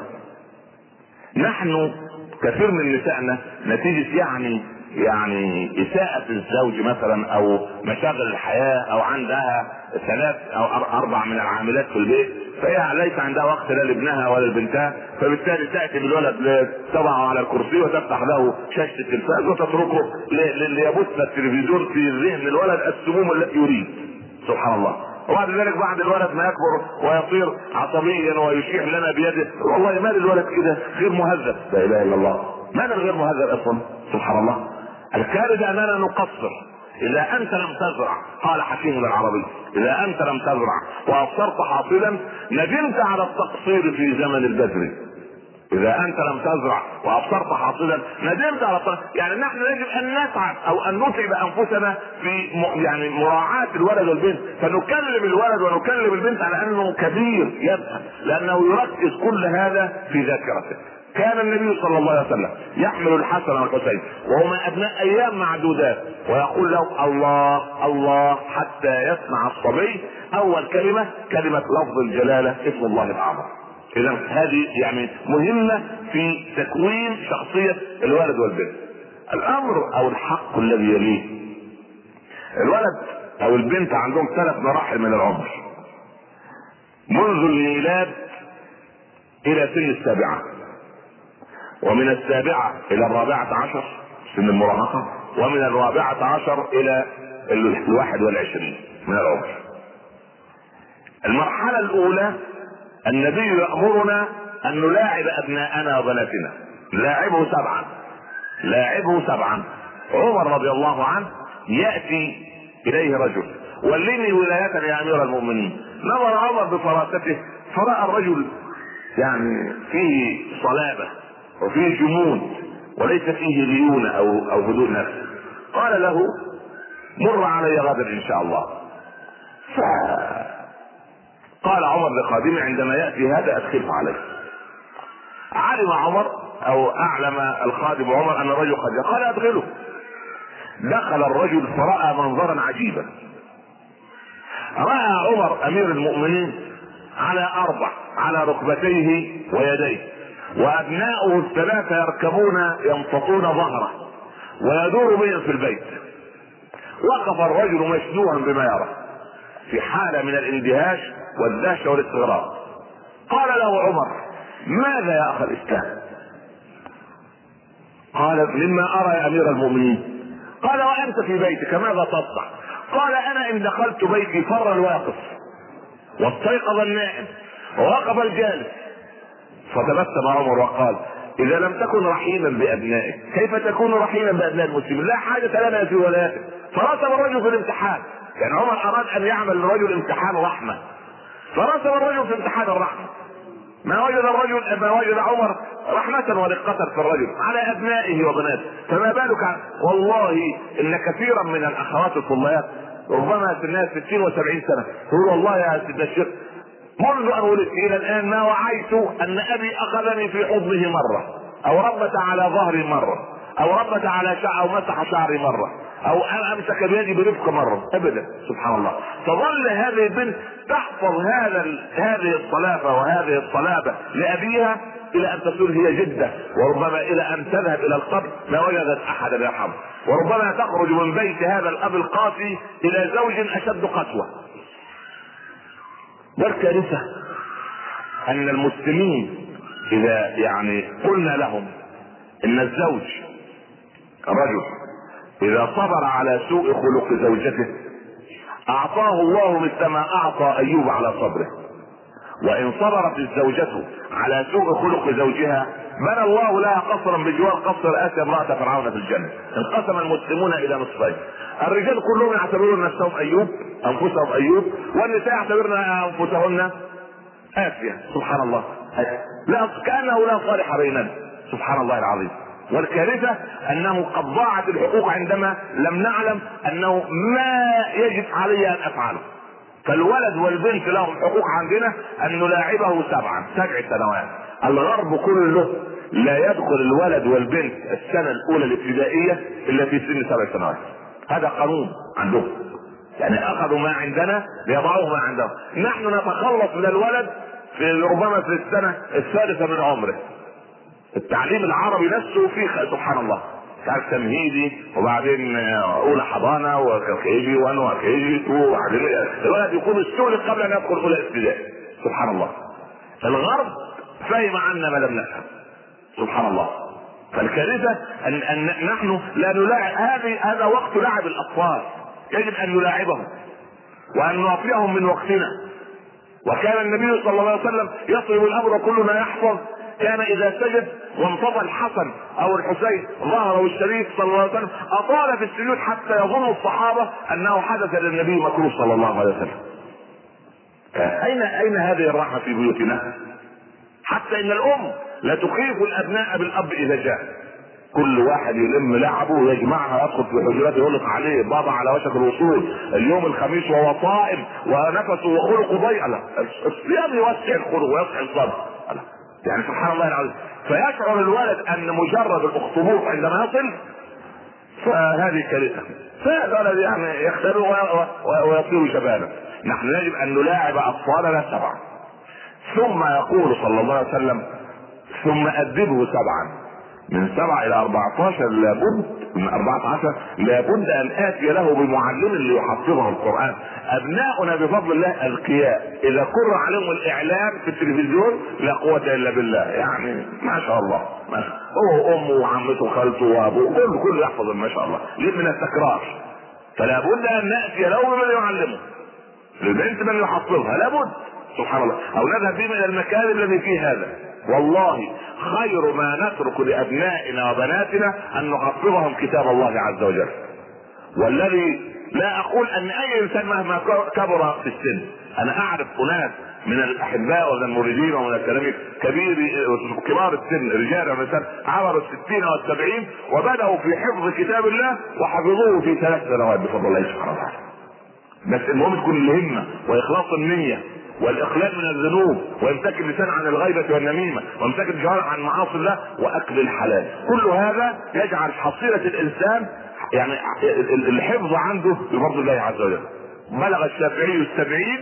نحن كثير من نسائنا نتيجة يعني اساءة الزوج مثلا او مشاغل الحياة او عندها 3 أو 4 من العاملات في البيت، فهي ليس عندها وقت لا لابنها ولا لبنتها، فبالتالي تأتي بالولد تضعه على الكرسي وتفتح له شاشة التلفاز وتتركه ليبث التلفزيون في ذهن الولد السموم التي يريد. سبحان الله. وبعد ذلك بعد الولد ما يكبر ويصير عصبيا ويشيح لنا بيده، والله مال الولد كده غير مهذب، لا اله الا الله، مال غير مهذب اصلا. سبحان الله. الكارثة اننا نقصر. اذا انت لم تزرع، قال حكيم العربي، اذا انت لم تزرع وابصرت حاصلا ندمت على التقصير في زمن البذر. اذا انت لم تزرع وابصرت حاصلا ندمت على يعني نحن يجب ان نسعى او ان نتعب انفسنا في يعني مراعاة الولد والبنت، فنكلم الولد ونكلم البنت على انه كبير يفهم، لانه يركز كل هذا في ذاكرته. كان النبي صلى الله عليه وسلم يحمل الحسن والحسين وهما ابناء ايام معدودات ويقول له الله الله حتى يسمع الصبي اول كلمة لفظ الجلالة اسم الله الاعظم. اذا هذه يعني مهمة في تكوين شخصية الولد والبنت. الامر او الحق الذي يليه، الولد او البنت عندهم 3 مراحل من العمر، منذ الميلاد الى سن 7، ومن 7 الى 14 سن المراهقة، ومن 14 الى 21 من العمر. المرحلة الاولى النبي يأمرنا ان نلاعب ابناءنا وبناتنا، لاعبه 7. عمر رضي الله عنه يأتي اليه رجل، ولني ولاية يا امير المؤمنين. نظر عمر بفراسته فرأى الرجل يعني فيه صلابة وفيه جمود وليس فيه ليونة او هدوء نفس. قال له مر علي غدا ان شاء الله. قال عمر لخادمه عندما يأتي هذا ادخله عليه. علم عمر او اعلم الخادم عمر ان الرجل قد قال ادخله. دخل الرجل فرأى منظرا عجيبا. رأى عمر امير المؤمنين على 4 على ركبتيه ويديه، وابناؤه 3 يركبون يمتطون ظهره ويدور بهم في البيت. وقف الرجل مشدوها بما يرى في حالة من الاندهاش والدهشة والاستغراب. قال له عمر ماذا يا اخ الاسلام؟ قال مما ارى يا امير المؤمنين. قال وانت في بيتك ماذا تصنع؟ قال انا ان دخلت بيتي فر الواقف واستيقظ النائم ووقف الجالس. فتبسم عمر وقال اذا لم تكن رحيما بابنائك كيف تكون رحيما بابناء المسلمين؟ لا حاجة لنا في ولاتك. فرسم الرجل في الامتحان، يعني عمر اراد ان يعمل الرجل امتحان رحمة، فرسم الرجل في امتحان الرحمة. ما وجد عمر رحمة ورقة في الرجل على ابنائه وبناته، فما بالك والله ان كثيرا من الاخوات الطلاب ربما سنها 60 و70 سنة يقول والله يا سيدنا الشيخ منذ ان ولدت الى الان ما وعيت ان ابي اخذني في حضنه مرة او ربت على ظهري مرة او ربت على شعر او مسح شعري مرة او امسك بيدي برفق مرة ابدا. سبحان الله. تظل هذه البنت تحفظ هذه الصلابة وهذه الصلابة لأبيها إلى أن تصير هي جدة، وربما إلى أن تذهب إلى القبر ما وجدت أحدا يرحمه، وربما تخرج من بيت هذا الأب القاسي إلى زوج أشد قسوة. والكارثة أن المسلمين إذا قلنا لهم إن الزوج الرجل إذا صبر على سوء خلق زوجته أعطاه الله مثل ما أعطى أيوب على صبره، وإن صبرت الزوجة على سوء خلق زوجها بنى الله لها قصرا بجوار قصر آسيا امرأة فرعون في الجنة. انقسم المسلمون إلى نصفين، الرجال كلهم يعتبرون نفسهم أيوب، أنفسهم أيوب، والنساء يعتبرن أنفسهن آسيا. سبحان الله، لا كأنه لا صالح بيننا، سبحان الله العظيم. والكارثة أنه قد ضاعت الحقوق عندما لم نعلم أنه ما يجب علي أن أفعله. فالولد والبنت لهم حقوق عندنا أن نلاعبه 7 سنوات. الغرب كله لا يدخل الولد والبنت السنة الأولى الابتدائية إلا في سن 7 سنوات. هذا قانون عندهم، أخذوا ما عندنا ليضعوه ما عندهم. نحن نتخلص من الولد في ربما في السنة الثالثة من عمره. التعليم العربي نفسه فيه سبحان الله، تمهيدي وبعدين اولى حضانه وكيجي وان وكيجي وبعدين الولد يكون استولد قبل ان يدخل اولى ابتدائي. سبحان الله، الغرب فهم عنا ما لم نفهم، سبحان الله. فالكارثه ان نحن لا نلاعب، هذا وقت لعب الاطفال، يجب ان نلاعبهم وان نعطيهم من وقتنا. وكان النبي صلى الله عليه وسلم يطلب الامر كلنا يحفظ، كان اذا سجد وانتظر الحسن او الحسين ظهره الشريف صلى الله عليه وسلم اطال في السجود حتى يظن الصحابه انه حدث للنبي مكروه صلى الله عليه وسلم. اين هذه الرحمه في بيوتنا؟ حتى ان الام لا تخيف الابناء بالاب اذا جاء، كل واحد يلم لعبه ويجمعها ويدخل في حجرته يغلق عليه، بابا على وشك الوصول اليوم الخميس وهو صائم ونفسه وخلقه ضيق. الصيام يوسع الخلق ويوسع الصبر، سبحان الله العظيم. فيشعر الولد ان مجرد الاخطبوط عندما يصل فهذه كارثه، فالولد يختبئ ويصير شبابا. نحن يجب ان نلاعب اطفالنا 7. ثم يقول صلى الله عليه وسلم ثم ادبه 7. من 7 إلى 14 لابد، من 14 لابد ان اتي له بمعلم ليحفظه القرآن. ابناؤنا بفضل الله اذكياء، اذا قر عليهم الاعلام في التلفزيون لا قوة الا بالله، ما شاء الله، ما شاء الله. هو امه وعمته وخالته وابوه كله يحفظ ما شاء الله، ليه من التكرار. فلا بد ان ناتي له بمن يعلمه، البنت من يحفظها لابد، سبحان الله، او نذهب بهم الى المكان الذي فيه هذا. والله خير ما نترك لابنائنا وبناتنا ان نحفظهم كتاب الله عز وجل. والذي لا اقول ان اي انسان مهما كبر في السن، انا اعرف اناس من الاحباء ومن المريدين ومن التلاميذ كبار السن رجال ونساء عبروا 60 و70 وبداوا في حفظ كتاب الله وحفظوه في 3 سنوات بفضل الله سبحانه وتعالى. بس المهم تكون الهمه واخلاص النيه والاقلال من الذنوب وامساك اللسان عن الغيبة والنميمة وامساك الجوارح عن معاصي الله واكل الحلال. كل هذا يجعل حصيلة الانسان الحفظ عنده بفضل الله عز وجل. بلغ الشافعي 70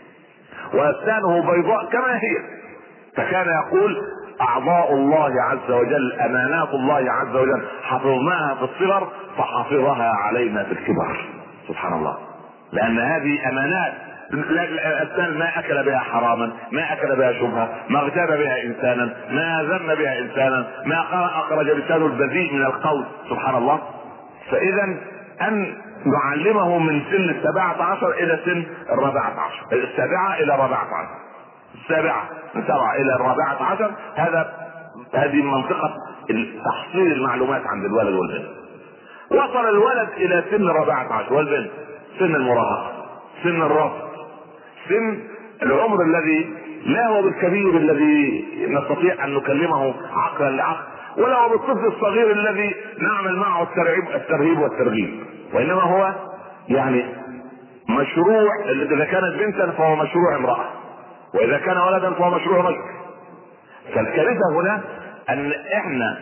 واسنانه بيضاء كما هي، فكان يقول اعضاء الله عز وجل امانات الله عز وجل حفظناها في الصغر فحفظها علينا في الكبر. سبحان الله، لان هذه امانات. الانسان ما اكل بها حراما، ما اكل بها شبهه، ما اغتاب بها انسانا، ما ذم بها انسانا، ما اخرج لسانه البذيء من القول. سبحان الله. فاذا ان نعلمه من سن 17 الى سن 14، 7 الى 14، 7 من 7 الى 14، هذه منطقه تحصيل المعلومات عند الولد والبنت. وصل الولد الى سن 14 والبنت سن المراهقه، سن الرفض، سن العمر الذي لا هو بالكبير الذي نستطيع ان نكلمه عقلا لعقل، ولا هو بالطفل الصغير الذي نعمل معه الترهيب والترغيب، وانما هو مشروع. اذا كانت بنتا فهو مشروع امرأة، واذا كان ولدا فهو مشروع رجل. فالكارثة هنا ان احنا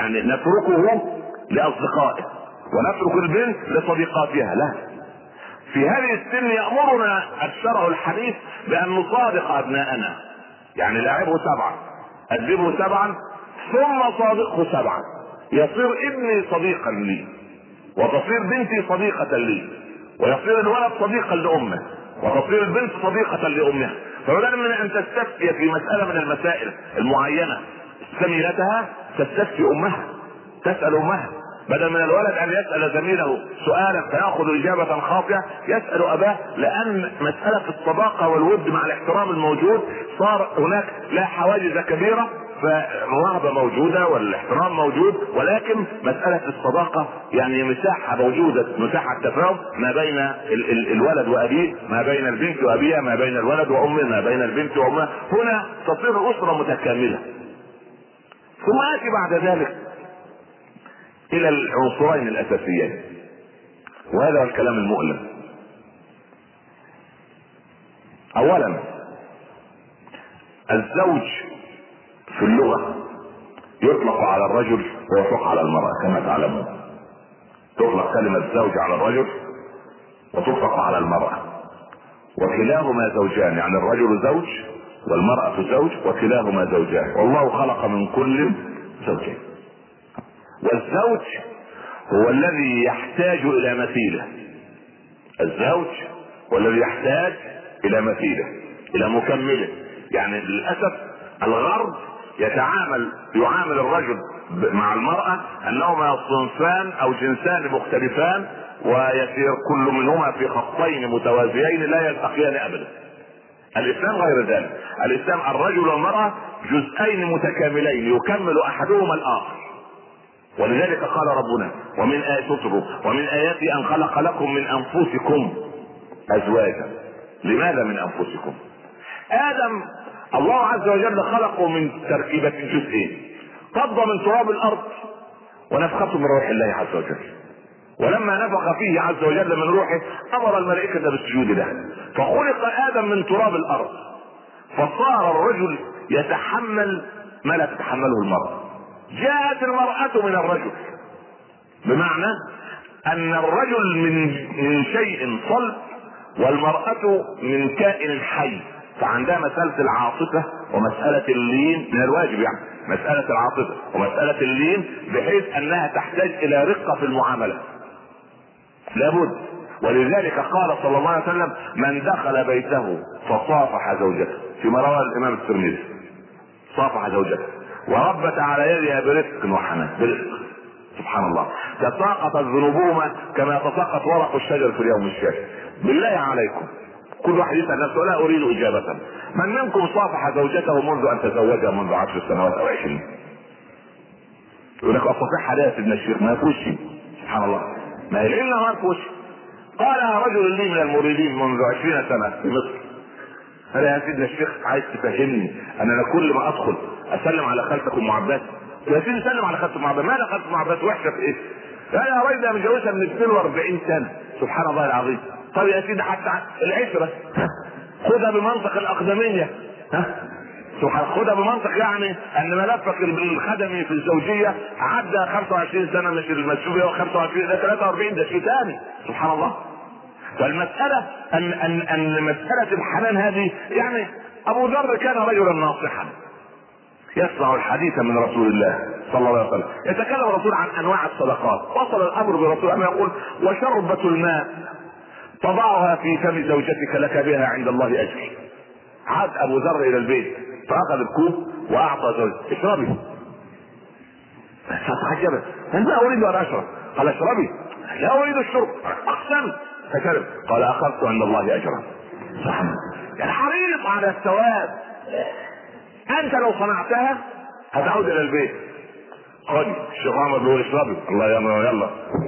نتركه لاصدقائه ونترك البنت لصديقاتها، لا، في هذه السن يأمرنا الشرع الحديث بأن نصادق أبناءنا، يعني لاعبه 7، أدبه 7، ثم صادقه 7، يصير ابني صديقا لي، وتصير بنتي صديقة لي، ويصير الولد صديقا لأمه، وتصير البنت صديقة لأمها. فبدلا من أن تستفتي في مسألة من المسائل المعينة سميلتها، تستفتي أمها، تسأل أمها. بدل من الولد ان يسأل زميله سؤالا فيأخذ اجابة خاطئة، يسأل اباه، لان مسألة الصداقة والود مع الاحترام الموجود صار هناك لا حواجز كبيرة، فالرهبة موجودة والاحترام موجود، ولكن مسألة الصداقة يعني مساحة موجودة، مساحة تفاهم ما بين الولد وابيه، ما بين البنت وابيها، ما بين الولد وامه، ما بين البنت وامها. هنا تصير الاسرة متكاملة. ثم يأتي بعد ذلك الى العنصرين الاساسيين، وهذا هو الكلام المؤلم. اولا، الزوج في اللغة يطلق على الرجل ويطلق على المرأة كما تعلمون. تطلق كلمة زوج على الرجل وتطلق على المرأة، وكلاهما زوجان، يعني الرجل زوج والمرأة زوج، وكلاهما زوجان، والله خلق من كل زوجين. والزوج هو الذي يحتاج الى مثيله. الزوج هو الذي يحتاج الى مثيله، الى مكمله. يعني للاسف الغرب يعامل الرجل مع المرأة انهما صنفان او جنسان مختلفان، ويسير كل منهما في خطين متوازيين لا يلتقيان ابدا. الاسلام غير ذلك. الاسلام الرجل والمرأة جزئين متكاملين يكمل احدهما الاخر. ولذلك قال ربنا: ومن آياته أن خلق لكم من أنفسكم أزواجا. لماذا من أنفسكم؟ آدم الله عز وجل خلقه من تركيبة جزئين، قبض من تراب الأرض ونفخته من روح الله عز وجل. ولما نفخ فيه عز وجل من روحه أمر الملائكة بالسجود له، فخلق آدم من تراب الأرض، فصار الرجل يتحمل ما لا تتحمله المرأة. جاءت المرأة من الرجل، بمعنى ان الرجل من شيء صلب، والمرأة من كائن حي، فعندها مسألة العاطفة ومسألة اللين من الواجب، يعني مسألة العاطفة ومسألة اللين، بحيث انها تحتاج الى رقة في المعاملة لابد. ولذلك قال صلى الله عليه وسلم: من دخل بيته فصافح زوجته، فيما روى الامام الترمذي، صافح زوجته وربت على يدها برفق وحنان، برفق. سبحان الله، تساقطت ذنوبهما كما تساقط ورق الشجر في اليوم الشاكر. بالله عليكم، كل واحد يسأل نفسه، لا اريد اجابة، من منكم صافح زوجته منذ ان تزوجها منذ 10 سنوات او 20؟ يقول لك اصافحها ليه يا سيدنا الشيخ؟ ما يفوش. سبحان الله، ما هي الا ما يفوش. قالها رجل لي من المريدين منذ 20 سنة في مصر: قال: يا سيدنا الشيخ، عايز تفهمني ان انا كل ما ادخل اسلم على خالتك ام عباس؟ يا سيدي سلم على خالتك ام عباس. ماذا خالتك ام عباس وحشه في ايه؟ لا يا راجل، انا متجوزها من 42 سنه. سبحان الله العظيم. طب يا سيدي حتى العشره خدها بمنطق الاقدميه، سبحان، خدها بمنطق يعني ان ملفك الخدمي في الزوجيه عدى 25 سنه، مش المسؤوليه 25 ده 43 ده شيء ثاني. سبحان الله. والمسألة أن مسألة الحنان هذه، يعني أبو ذر كان رجلا ناصحا يسمع الحديث من رسول الله صلى الله عليه وسلم، يتكلم الرسول عن أنواع الصدقات، وصل الأمر برسول الله يقول: وشربة الماء تضعها في فم زوجتك لك بها عند الله أجر. عاد أبو ذر إلى البيت فأخذ الكوب وأعطى زوجته: اشربي. فتعجبت: أنا أريد أن أشرب. قال: اشربي. لا أريد الشرب. أقسم فشرب. قال: اخذت عند الله اجرا. سبحان، يعني حريص على الثواب. انت لو صنعتها هتعود الى البيت. خذ الشيخ محمد بيقول: اشربي. الله يلا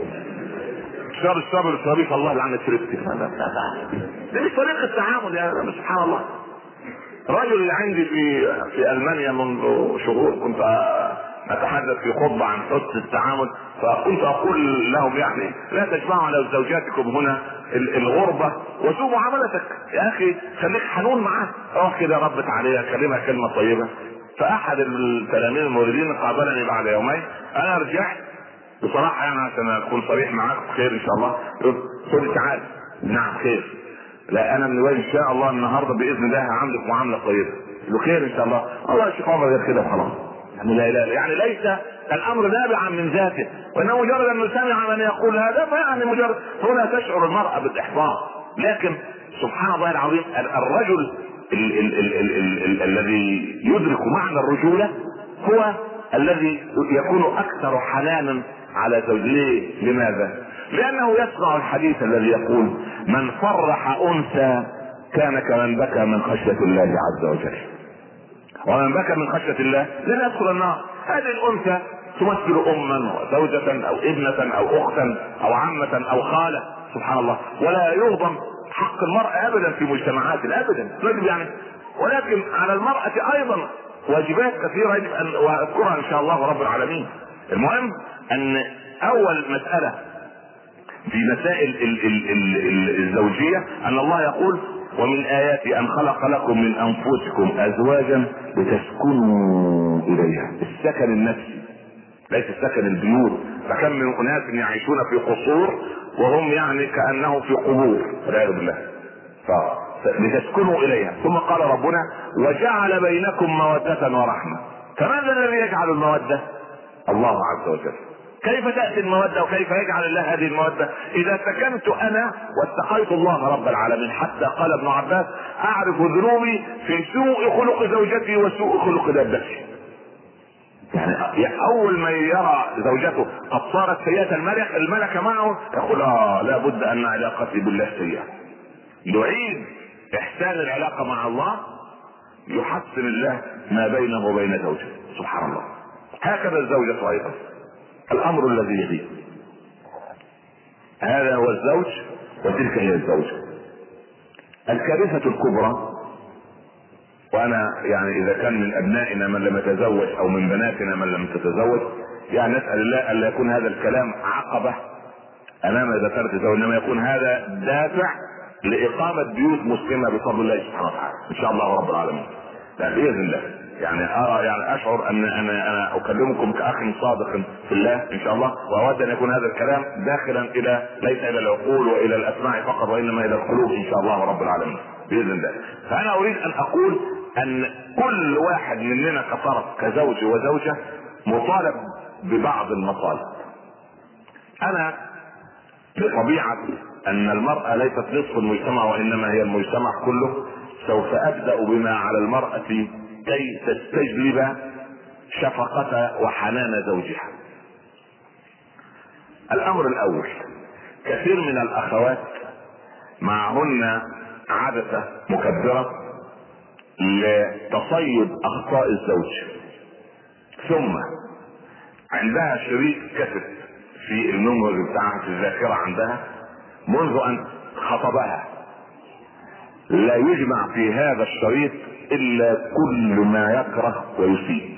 اشربي. الله لعنة شربتي. دي مش طريقة التعامل يا سبحان الله. رجل اللي عندي في المانيا منذ شهور كنت اتحدث في خطبة عن حسن التعامل، فكنت اقول لهم: يعني لا تجمعوا على زوجاتكم هنا الغربة وسوء معاملتك، يا اخي خليك حنون معاه، روح كده ربت عليها، كلمها كلمة طيبة. فاحد التلاميذ الموردين قابلني بعد يومين، انا رجعت بصراحة يعني عشان اكون صريح معاك، خير ان شاء الله، قلت: تعال نعم خير. لا انا من وين ان شاء الله النهارده باذن الله هعاملك معامله طيبه. له خير ان شاء الله. والله يا شيخ عمر غير كده وخلاص. يعني لا يعني ليس الامر نابعا من ذاته، وانه مجرد انه سمع من يقول هذا فيعني مجرد هنا تشعر المرأة بالاحباط. لكن سبحان الله العظيم الرجل الذي يدرك معنى الرجولة هو الذي يكون اكثر حنانا على زوجه. لماذا؟ لانه يسمع الحديث الذي يقول من فرح انثى كان كمن بكى من خشية الله عز وجل، ومن بكى من خشية الله لن يدخل النار. هذه الانثى تمثل اما وزوجة او ابنة او اختا او عمة او خالة، سبحان الله. ولا يهضم حق المرأة ابدا في مجتمعاتنا ابدا يعني. ولكن على المرأة ايضا واجبات كثيرة يجب ان اذكرها ان شاء الله رب العالمين. المهم ان اول مسألة في مسائل الزوجية ان الله يقول ومن آياته أن خلق لكم من أنفسكم أزواجا لتسكنوا إليها. السكن النفسي ليس السكن البيوت، فكم من أناس يعيشون في قصور وهم يعني كأنهم في قبور والعياذ بالله. لتسكنوا إليها. ثم قال ربنا وجعل بينكم مودة ورحمة. فماذا الذي يجعل المودة؟ الله عز وجل. كيف تأتي المودة وكيف يجعل الله هذه المودة؟ إذا سكنت أنا واتقيت الله رب العالمين. حتى قال ابن عباس أعرف ذنوبي في سوء خلق زوجتي وسوء خلق دابتي. يعني أول ما يرى زوجته قد صارت سيئة الملكة معه يقول لا بد أن علاقتي بالله سيئة. يعيد إحسان العلاقة مع الله يحسن الله ما بينه وبين زوجته. سبحان الله. هكذا الزوجة أيضا الامر الذي يليه. هذا هو الزوج وتلك هي الزوجة. الكارثة الكبرى، وانا يعني اذا كان من ابنائنا من لم يتزوج او من بناتنا من لم تتزوج يعني نسأل الله الا يكون هذا الكلام عقبة امام ذكرت الزوج، انما يكون هذا دافع لاقامة بيوت مسلمة بفضل الله سبحانه وتعالى ان شاء الله رب العالمين. لا باذن الله. يعني ارى يعني اشعر ان انا اكلمكم كاخ صادق في الله ان شاء الله، واود ان يكون هذا الكلام داخلا الى ليس الى العقول والى الاسماع فقط وانما الى القلوب ان شاء الله رب العالمين باذن الله. فانا اريد ان اقول ان كل واحد مننا كطرف كزوج وزوجة مطالب ببعض المطالب. انا بطبيعة ان المرأة ليست نصف المجتمع وانما هي المجتمع كله، سوف ابدأ بما على المرأة كي تستجلب شفقة وحنان زوجها. الامر الاول، كثير من الاخوات معهن عادة مكبرة لتصيد اخطاء الزوج، ثم عندها شريط كسب في الميموري بتاعها في الذاكرة عندها منذ ان خطبها، لا يجمع في هذا الشريط الا كل ما يكره ويسيء،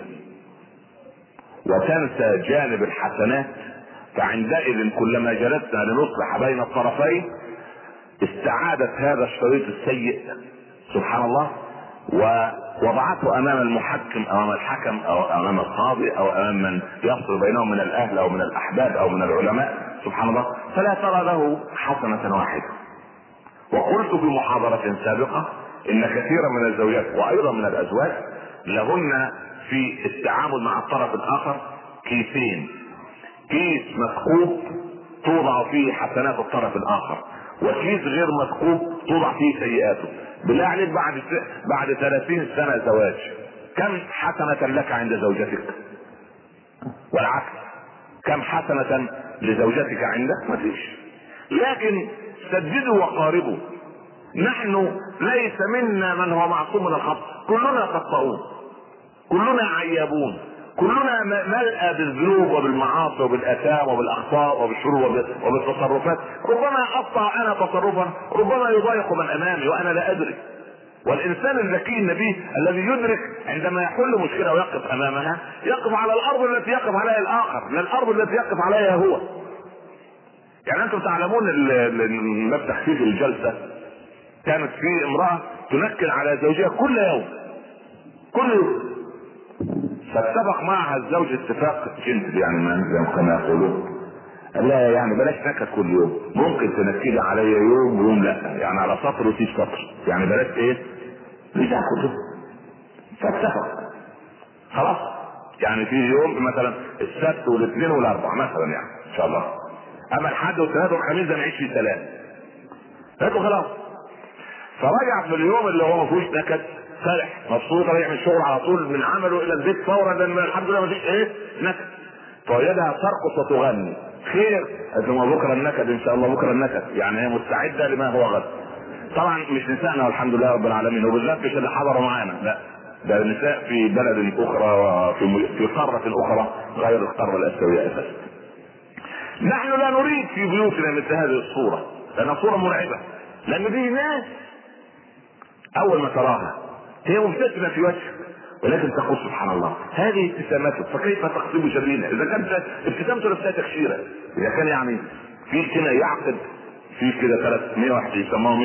وتنسى جانب الحسنات. فعندئذ كلما جلسنا لنصلح بين الطرفين استعادت هذا الشريط السيء سبحان الله ووضعته امام المحكم امام الحكم او امام القاضي او امام من يفصل بينهم من الاهل او من الاحباب او من العلماء سبحان الله، فلا ترى له حسنة واحدة. وقلت في محاضرة سابقة ان كثيرا من الزوجات وايضا من الازواج لهن في التعامل مع الطرف الاخر كيسين، كيس مثقوب توضع فيه حسنات الطرف الاخر، وكيس غير مثقوب توضع فيه سيئاته. بالله عليك بعد 30 سنة زواج كم حسنة لك عند زوجتك؟ والعكس كم حسنة لزوجتك عندك؟ ما فيش. لكن سددوا وقاربوا. نحن ليس منا من هو معصوم من الخطأ، كلنا خطاؤون، كلنا عيابون، كلنا ملأ بالذنوب وبالمعاصي وبالاثام وبالاخطاء وبالشرور وبالتصرفات. ربما اخطأ انا تصرفا ربما يضايق من امامي وانا لا ادري. والانسان الذكي النبي الذي يدرك عندما يحل مشكلة ويقف امامها يقف على الارض التي يقف عليها الاخر لا الارض التي يقف عليها هو. يعني انتم تعلمون المفتح فيه الجلسة كانت في امرأة تنكر على زوجها كل يوم فاتفق معها الزوج اتفاق جنسي يعني كما يقولون لا يعني بلاش نكد كل يوم، ممكن تنكدي عليا يوم ويوم لا، يعني على سطر وتيجي سطر، يعني بلاش ايه بتاخد فاتفق خلاص. يعني في يوم مثلا السبت والاثنين والاربعاء مثلا يعني ان شاء الله، اما الحد والثلاث والخميس ده نعيش فيه سلام، هاتوا خلاص. فرجع في اليوم اللي هو ما فيهوش نكد فرح مبسوط، رايح من الشغل على طول من عمله الى البيت فورا لان الحمد لله ما فيش ايه نكد. فوجدها ترقص وتغني، خير قالت له بكره النكد ان شاء الله، بكره النكد، يعني هي مستعده لما هو غد. طبعا مش نسائنا والحمد لله رب العالمين، وبالذات مش اللي حضروا معانا، لا ده النساء في بلد اخرى وفي قاره اخرى غير القاره الاسيويه اساسا. نحن لا نريد في بيوتنا مثل هذه الصوره، لانها صوره مرعبه، لان دي ناس اول ما تراها هي مبتسمه في وجهك، ولكن تقول سبحان الله هذه ابتسامته فكيف تقصب جبينه، اذا كانت ابتسامته نفسها تكشيره، اذا كان يعني في كده يعقد في كده 300 يسموه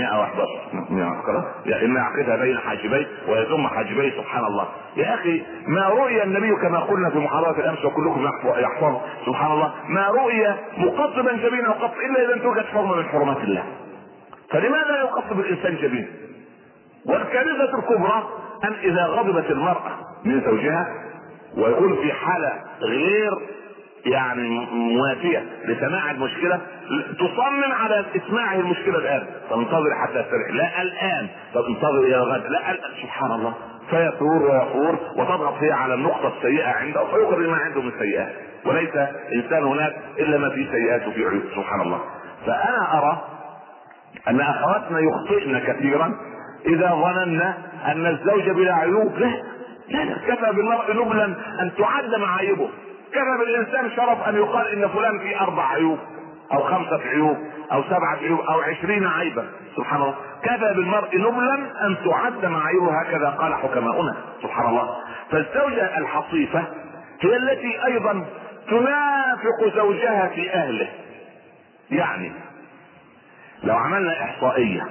111 خلاص، يا اما يعقدها بين حاجبيه ويضم حاجبيه سبحان الله. يا اخي ما رؤي النبي كما قلنا في محاضره الامس وكلكم يحفظ سبحان الله، ما رؤي مقصبا جبينه قط الا اذا توجد حرمه من حرمات الله، فلماذا يقصب الانسان جبينه؟ والكارثه الكبرى ان اذا غضبت المراه من زوجها ويكون في حاله غير يعني مواتيه لسماع المشكله، تصمم على اسماعه المشكله الان، تنتظر حتى يستريح، لا الان، تنتظر الى الغد، لا الان، سبحان الله، فيثور ويثور وتضغط هي على النقطه السيئه عنده فيخرج ما عنده من سيئات، وليس انسان هناك الا ما فيه سيئات وفيه عيوب سبحان الله. فانا ارى ان اخواتنا يخطئن كثيرا اذا ظننا ان الزوج بلا عيوب، لا كفى بالمرء نبلا ان تعد معايبه، كفى بالانسان شرف ان يقال ان فلان فيه 4 عيوب او 5 عيوب او 7 عيوب او 20 عيبا سبحان الله، كفى بالمرء نبلا ان تعد معايبه، هكذا قال حكماؤنا سبحان الله. فالزوجة الحصيفة هي التي ايضا تنافق زوجها في اهله. يعني لو عملنا احصائية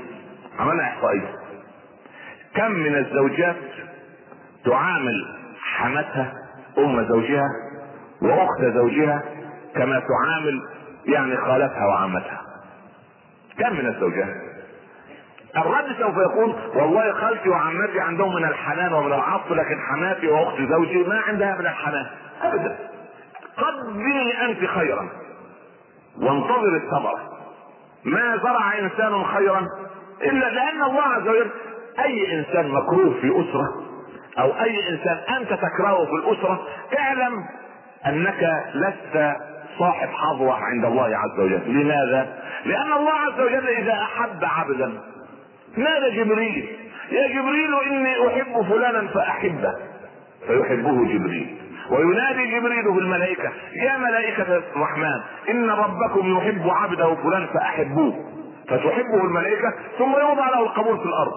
كم من الزوجات تعامل حماتها ام زوجها واخت زوجها كما تعامل يعني خالتها وعمتها؟ كم من الزوجات؟ الرد سوف يقول والله خالتي وعمتي عندهم من الحنان ومن العطف، لكن حماتي واخت زوجي ما عندها من الحنان ابدا. قدمي انت خيرا وانتظر الثمرة، ما زرع انسان خيرا الا لان الله عز وجل اي انسان مكروه في اسرة او اي انسان انت تكرهه في الاسرة اعلم انك لست صاحب حظوة عند الله عز وجل. لماذا؟ لان الله عز وجل اذا احب عبدا نادى جبريل يا جبريل اني احب فلانا فاحبه، فيحبه جبريل، وينادي جبريل بالملائكة يا ملائكة الرحمن ان ربكم يحب عبده فلان فاحبوه، فتحبه الملائكة ثم يوضع له القبول في الارض.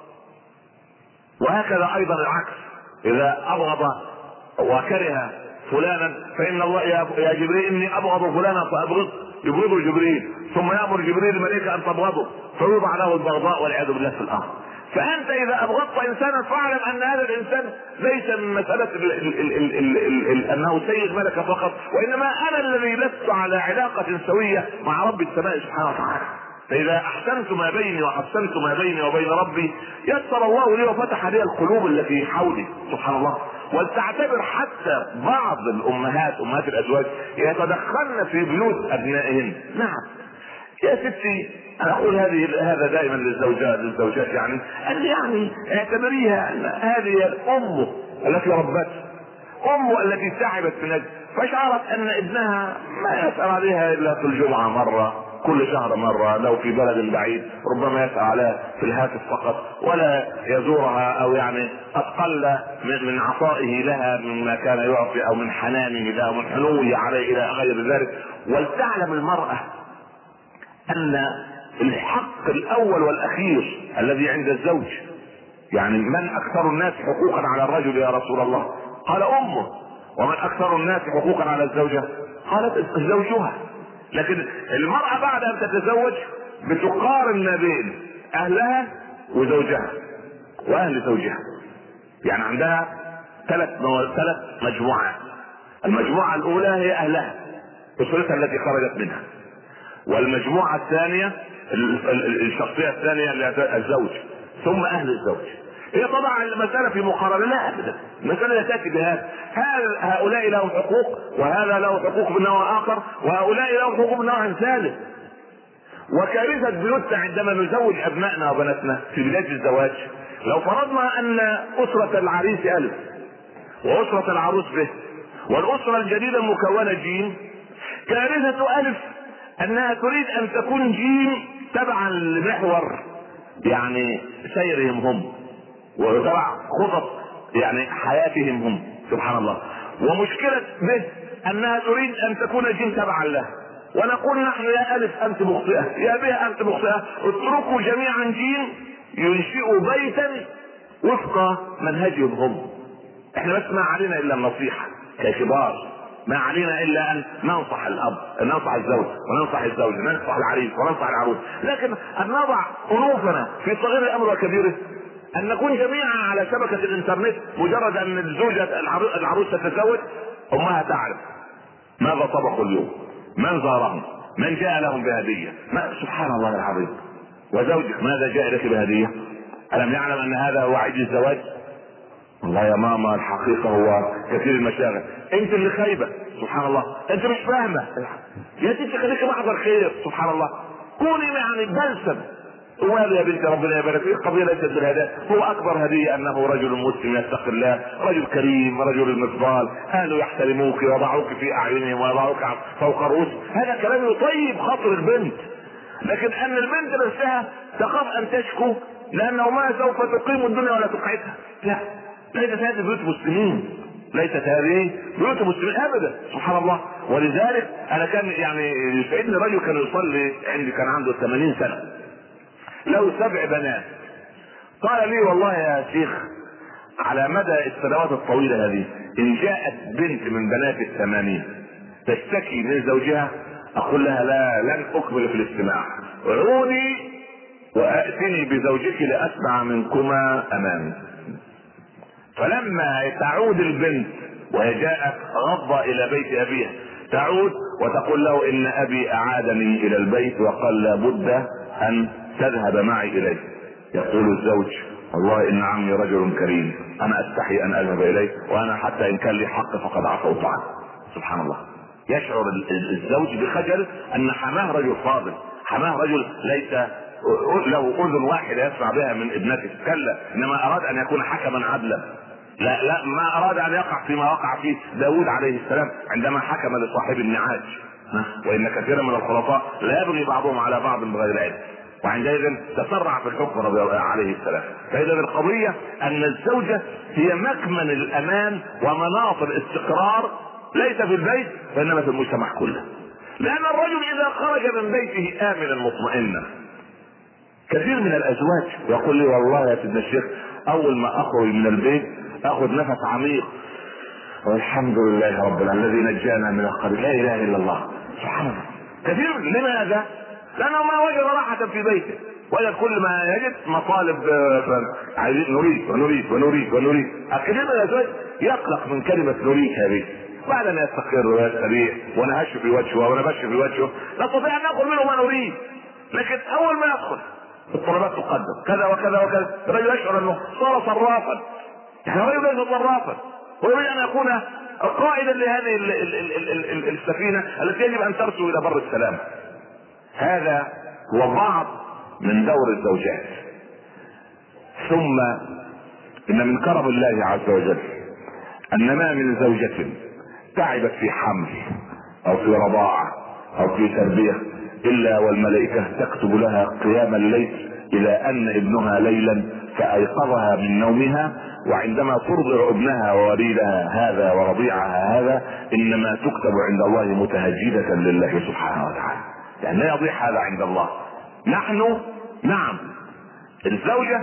وهكذا ايضا العكس، اذا ابغض وكره فلانا فان الله يا جبريل اني ابغض فلانا فابغض، يبغضه جبريل ثم يامر جبريل الملائكة ان تبغضه فيوضع له البغضاء والعياذ بالله في الارض. فانت اذا ابغضت انسانا فاعلم ان هذا الانسان ليس من مسألة انه سيد ملكة فقط، وانما انا الذي لست على علاقة سوية مع رب السماء سبحانه وتعالى. فاذا احسنت ما بيني وحسنت ما بيني وبين ربي يسر الله لي وفتح لي القلوب التي حولي سبحان الله. ولتعتبر حتى بعض الامهات امهات الازواج يتدخلن في بيوت ابنائهن. نعم يا ستي انا اقول هذا دائما للزوجات يعني اعتبريها ان هذه الام التي ربته، ام التي تعبت في نجد فشعرت ان ابنها ما يسأل عليها الا في الجمعة مرة، كل شهر مرة، لو في بلد بعيد ربما يسأل عليها في الهاتف فقط ولا يزورها، او يعني اقل من عطائه لها مما كان يعطي او من حنانه لها ومن حنوه عليه الى غير ذلك. ولتعلم المرأة ان الحق الاول والاخير الذي عند الزوج، يعني من اكثر الناس حقوقا على الرجل يا رسول الله؟ قال امه. ومن اكثر الناس حقوقا على الزوجة؟ قالت زوجها. لكن المرأة بعد ان تتزوج بتقارن ما بين اهلها وزوجها واهل زوجها، يعني عندها ثلاث مجموعات. المجموعة الاولى هي اهلها اسرتها التي خرجت منها. والمجموعة الثانية الشخصية الثانية الزوج، ثم اهل الزوج. هي طبعا المسألة في مقارنة لا ابدا، المسألة لا تأتي بهذا، هؤلاء لهم حقوق وهذا له حقوق من نوع اخر وهؤلاء لهم حقوق من نوع ثالث. وكارثة بيوتنا عندما نزوج ابنائنا وبناتنا في بداية الزواج، لو فرضنا ان اسرة العريس الف واسرة العروس ب والاسرة الجديدة المكونة جيم، كارثة الف انها تريد ان تكون جيم تبعا لمحور يعني سيرهم هم وتبع خطط يعني حياتهم هم، سبحان الله. ومشكلة به انها تريد ان تكون جيم تبعا له، ونقول نحن يا الف انت مخطئة، يا ب انت مخطئة، اتركوا جميعا جيم ينشئوا بيتا وفق منهجهم هم. احنا بس ما علينا الا النصيحة ككبار، ما علينا الا ان ننصح الاب، ننصح الزوج وننصح الزوج، ننصح العريس وننصح العروس، لكن ان نضع انوفنا في صغير الامر وكبيره، ان نكون جميعا على شبكة الانترنت، مجرد ان الزوجة العروس تتزوج امها تعرف ماذا طبخوا اليوم، من زارهم، من جاء لهم بهدية، سبحان الله العظيم. وزوجك ماذا جاء لك بهدية؟ ألم يعلم أن هذا هو عيد الزواج؟ والله يا ماما الحقيقة هو كثير المشاغل، انت اللي خايبة، سبحان الله، انت مش فاهمة يا ستي، خليك محضر خير، سبحان الله، كوني يعني بلسم. وماذا يا بنت ربنا يبارك فيك، القضية ليست بالهدايا، هو أكبر هدية أنه رجل مسلم يتقي الله، رجل كريم، رجل المفضال، أهله يحترموك ويضعوك في أعينهم ويضعوك فوق رؤوس، هذا كلام يطيب خاطر البنت. لكن أن البنت نفسها تخاف أن تشكو لأنه ما سوف تقيم الدنيا ولا تقعدها، لا، ليست هذه بيوت مسلمين، ليست هذه بيوت مسلمين ابدا، سبحان الله. ولذلك انا كان يعني يسعدني رجل كان يصلي عندي، كان عنده 80 سنة، له 7 بنات، قال لي والله يا شيخ على مدى السنوات الطويلة هذه ان جاءت بنت من بنات 80 تشتكي من زوجها اقول لها لا، لن اكمل في الاستماع، عوني واتني بزوجك لاسمع منكما امامي. فلما تعود البنت وهي جاءت غضة الى بيت ابيها، تعود وتقول له ان ابي اعادني الى البيت وقال لابد ان تذهب معي اليه. يقول الزوج والله ان عمي رجل كريم، انا استحي ان اذهب اليه، وانا حتى ان كان لي حق فقد عفوت عنه، سبحان الله. يشعر الزوج بخجل ان حماه رجل فاضل، حماه رجل ليس له اذن واحدة يسمع بها من ابنته، كلا، انما اراد ان يكون حكما عدلا، لا ما اراد ان يقع فيما وقع فيه داود عليه السلام عندما حكم لصاحب النعاج، وان كثيرا من الخلطاء لا يبغي بعضهم على بعض بغير علم، وعندئذ تسرع في الحكم رضي الله عليه السلام. فاذا القضية ان الزوجة هي مكمن الامان ومناط الاستقرار، ليس في البيت وانما في المجتمع كله. لان الرجل اذا خرج من بيته امنا مطمئنا، كثير من الازواج يقول لي والله يا سيدنا الشيخ اول ما اخرج من البيت اخذ نفس عميق والحمد لله رب العالمين الذي نجانا من القبر، لا اله الا الله، سبحان الله. كثير، لماذا؟ لانه ما وجد راحة في بيته، وجد كل ما يجد مطالب، عايزين نريد ونريد ونريد ونريد. كثير من الازواج يقلق من كلمة نريد هذه، بعد ان يستقر ويستريح ونهش في وجهه ونبش في وجهه نستطيع ان ناخذ منه ما نريد. لكن اول ما يدخل الطلبات تقدم كذا وكذا وكذا، الرجل يشعر انه صار صرافا، يعني الرجل ليس صرافا، ويريد ان يكون قائدا لهذه السفينة التي يجب ان ترسو الى بر السلام. هذا هو بعض من دور الزوجات. ثم ان من كرم الله عز وجل ان ما من زوجة تعبت في حمل او في رضاعة او في تربية الا والملائكة تكتب لها قيام الليل الى ان ابنها ليلا فايقظها من نومها، وعندما ترضع ابنها ووليدها هذا ورضيعها هذا انما تكتب عند الله متهجدة لله سبحانه وتعالى، يعني لا يضيع هذا عند الله. نحن نعم الزوجة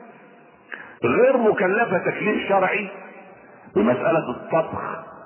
غير مكلفة تكليف شرعي بمسألة الطبخ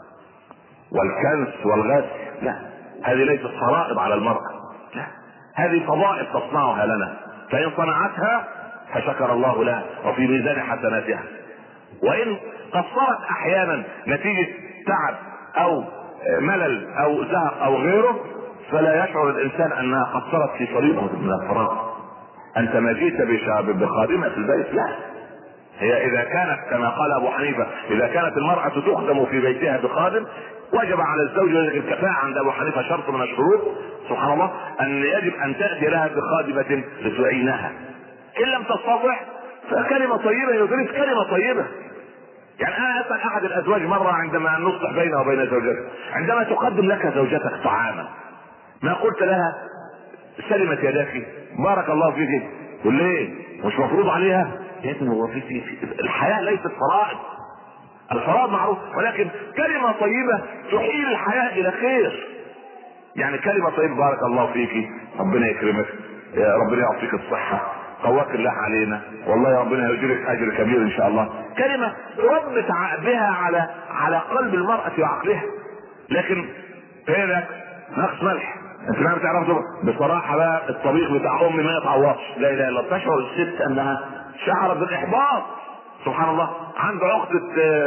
والكنس والغسل، لا، هذه ليست فرائض على المرأة، لا، هذه فضائل تصنعها لنا، فإن صنعتها فشكر الله لها وفي ميزان حسناتها، وإن قصرت أحيانا نتيجة تعب أو ملل او زهق او غيره، فلا يشعر الانسان انها قصرت في فريضة من الفراغ. انت ما جيت بخادمة في البيت، لا، هي اذا كانت كما قال ابو حنيفة اذا كانت المرأة تخدم في بيتها بخادم، وجب على الزوج الكفاءة عند ابو حنيفة شرط من الشروط سبحان الله ان يجب ان تأتي لها بخادمة لتعينها. ان لم تستطع فكلمة طيبة يدرس كلمة طيبة. يعني انا اسأل احد الازواج مرة عندما نصلح بينه وبين زوجته، عندما تقدم لك زوجتك طعاما ما قلت لها سلمت يداك بارك الله فيك؟ قل ليه مش مفروض عليها؟ يا ابني هو في الحياة ليست فرائض، الفرائض معروف، ولكن كلمة طيبة تحيل الحياة الى خير. يعني كلمة طيبة بارك الله فيك، ربنا يكرمك، يا ربنا يعطيك الصحة، قواك الله علينا، والله يا ربنا يجرك اجر كبير ان شاء الله. كلمة ربط بها على قلب المرأة وعقلها. لكن ايه لك نقص ملح، انت ما بتعرف بصراحة بقى الطبيخ بتاع امي ما يتعوضش، لا اله الا الله. تشعر الست انها شعرت بالاحباط سبحان الله. عنده عقدة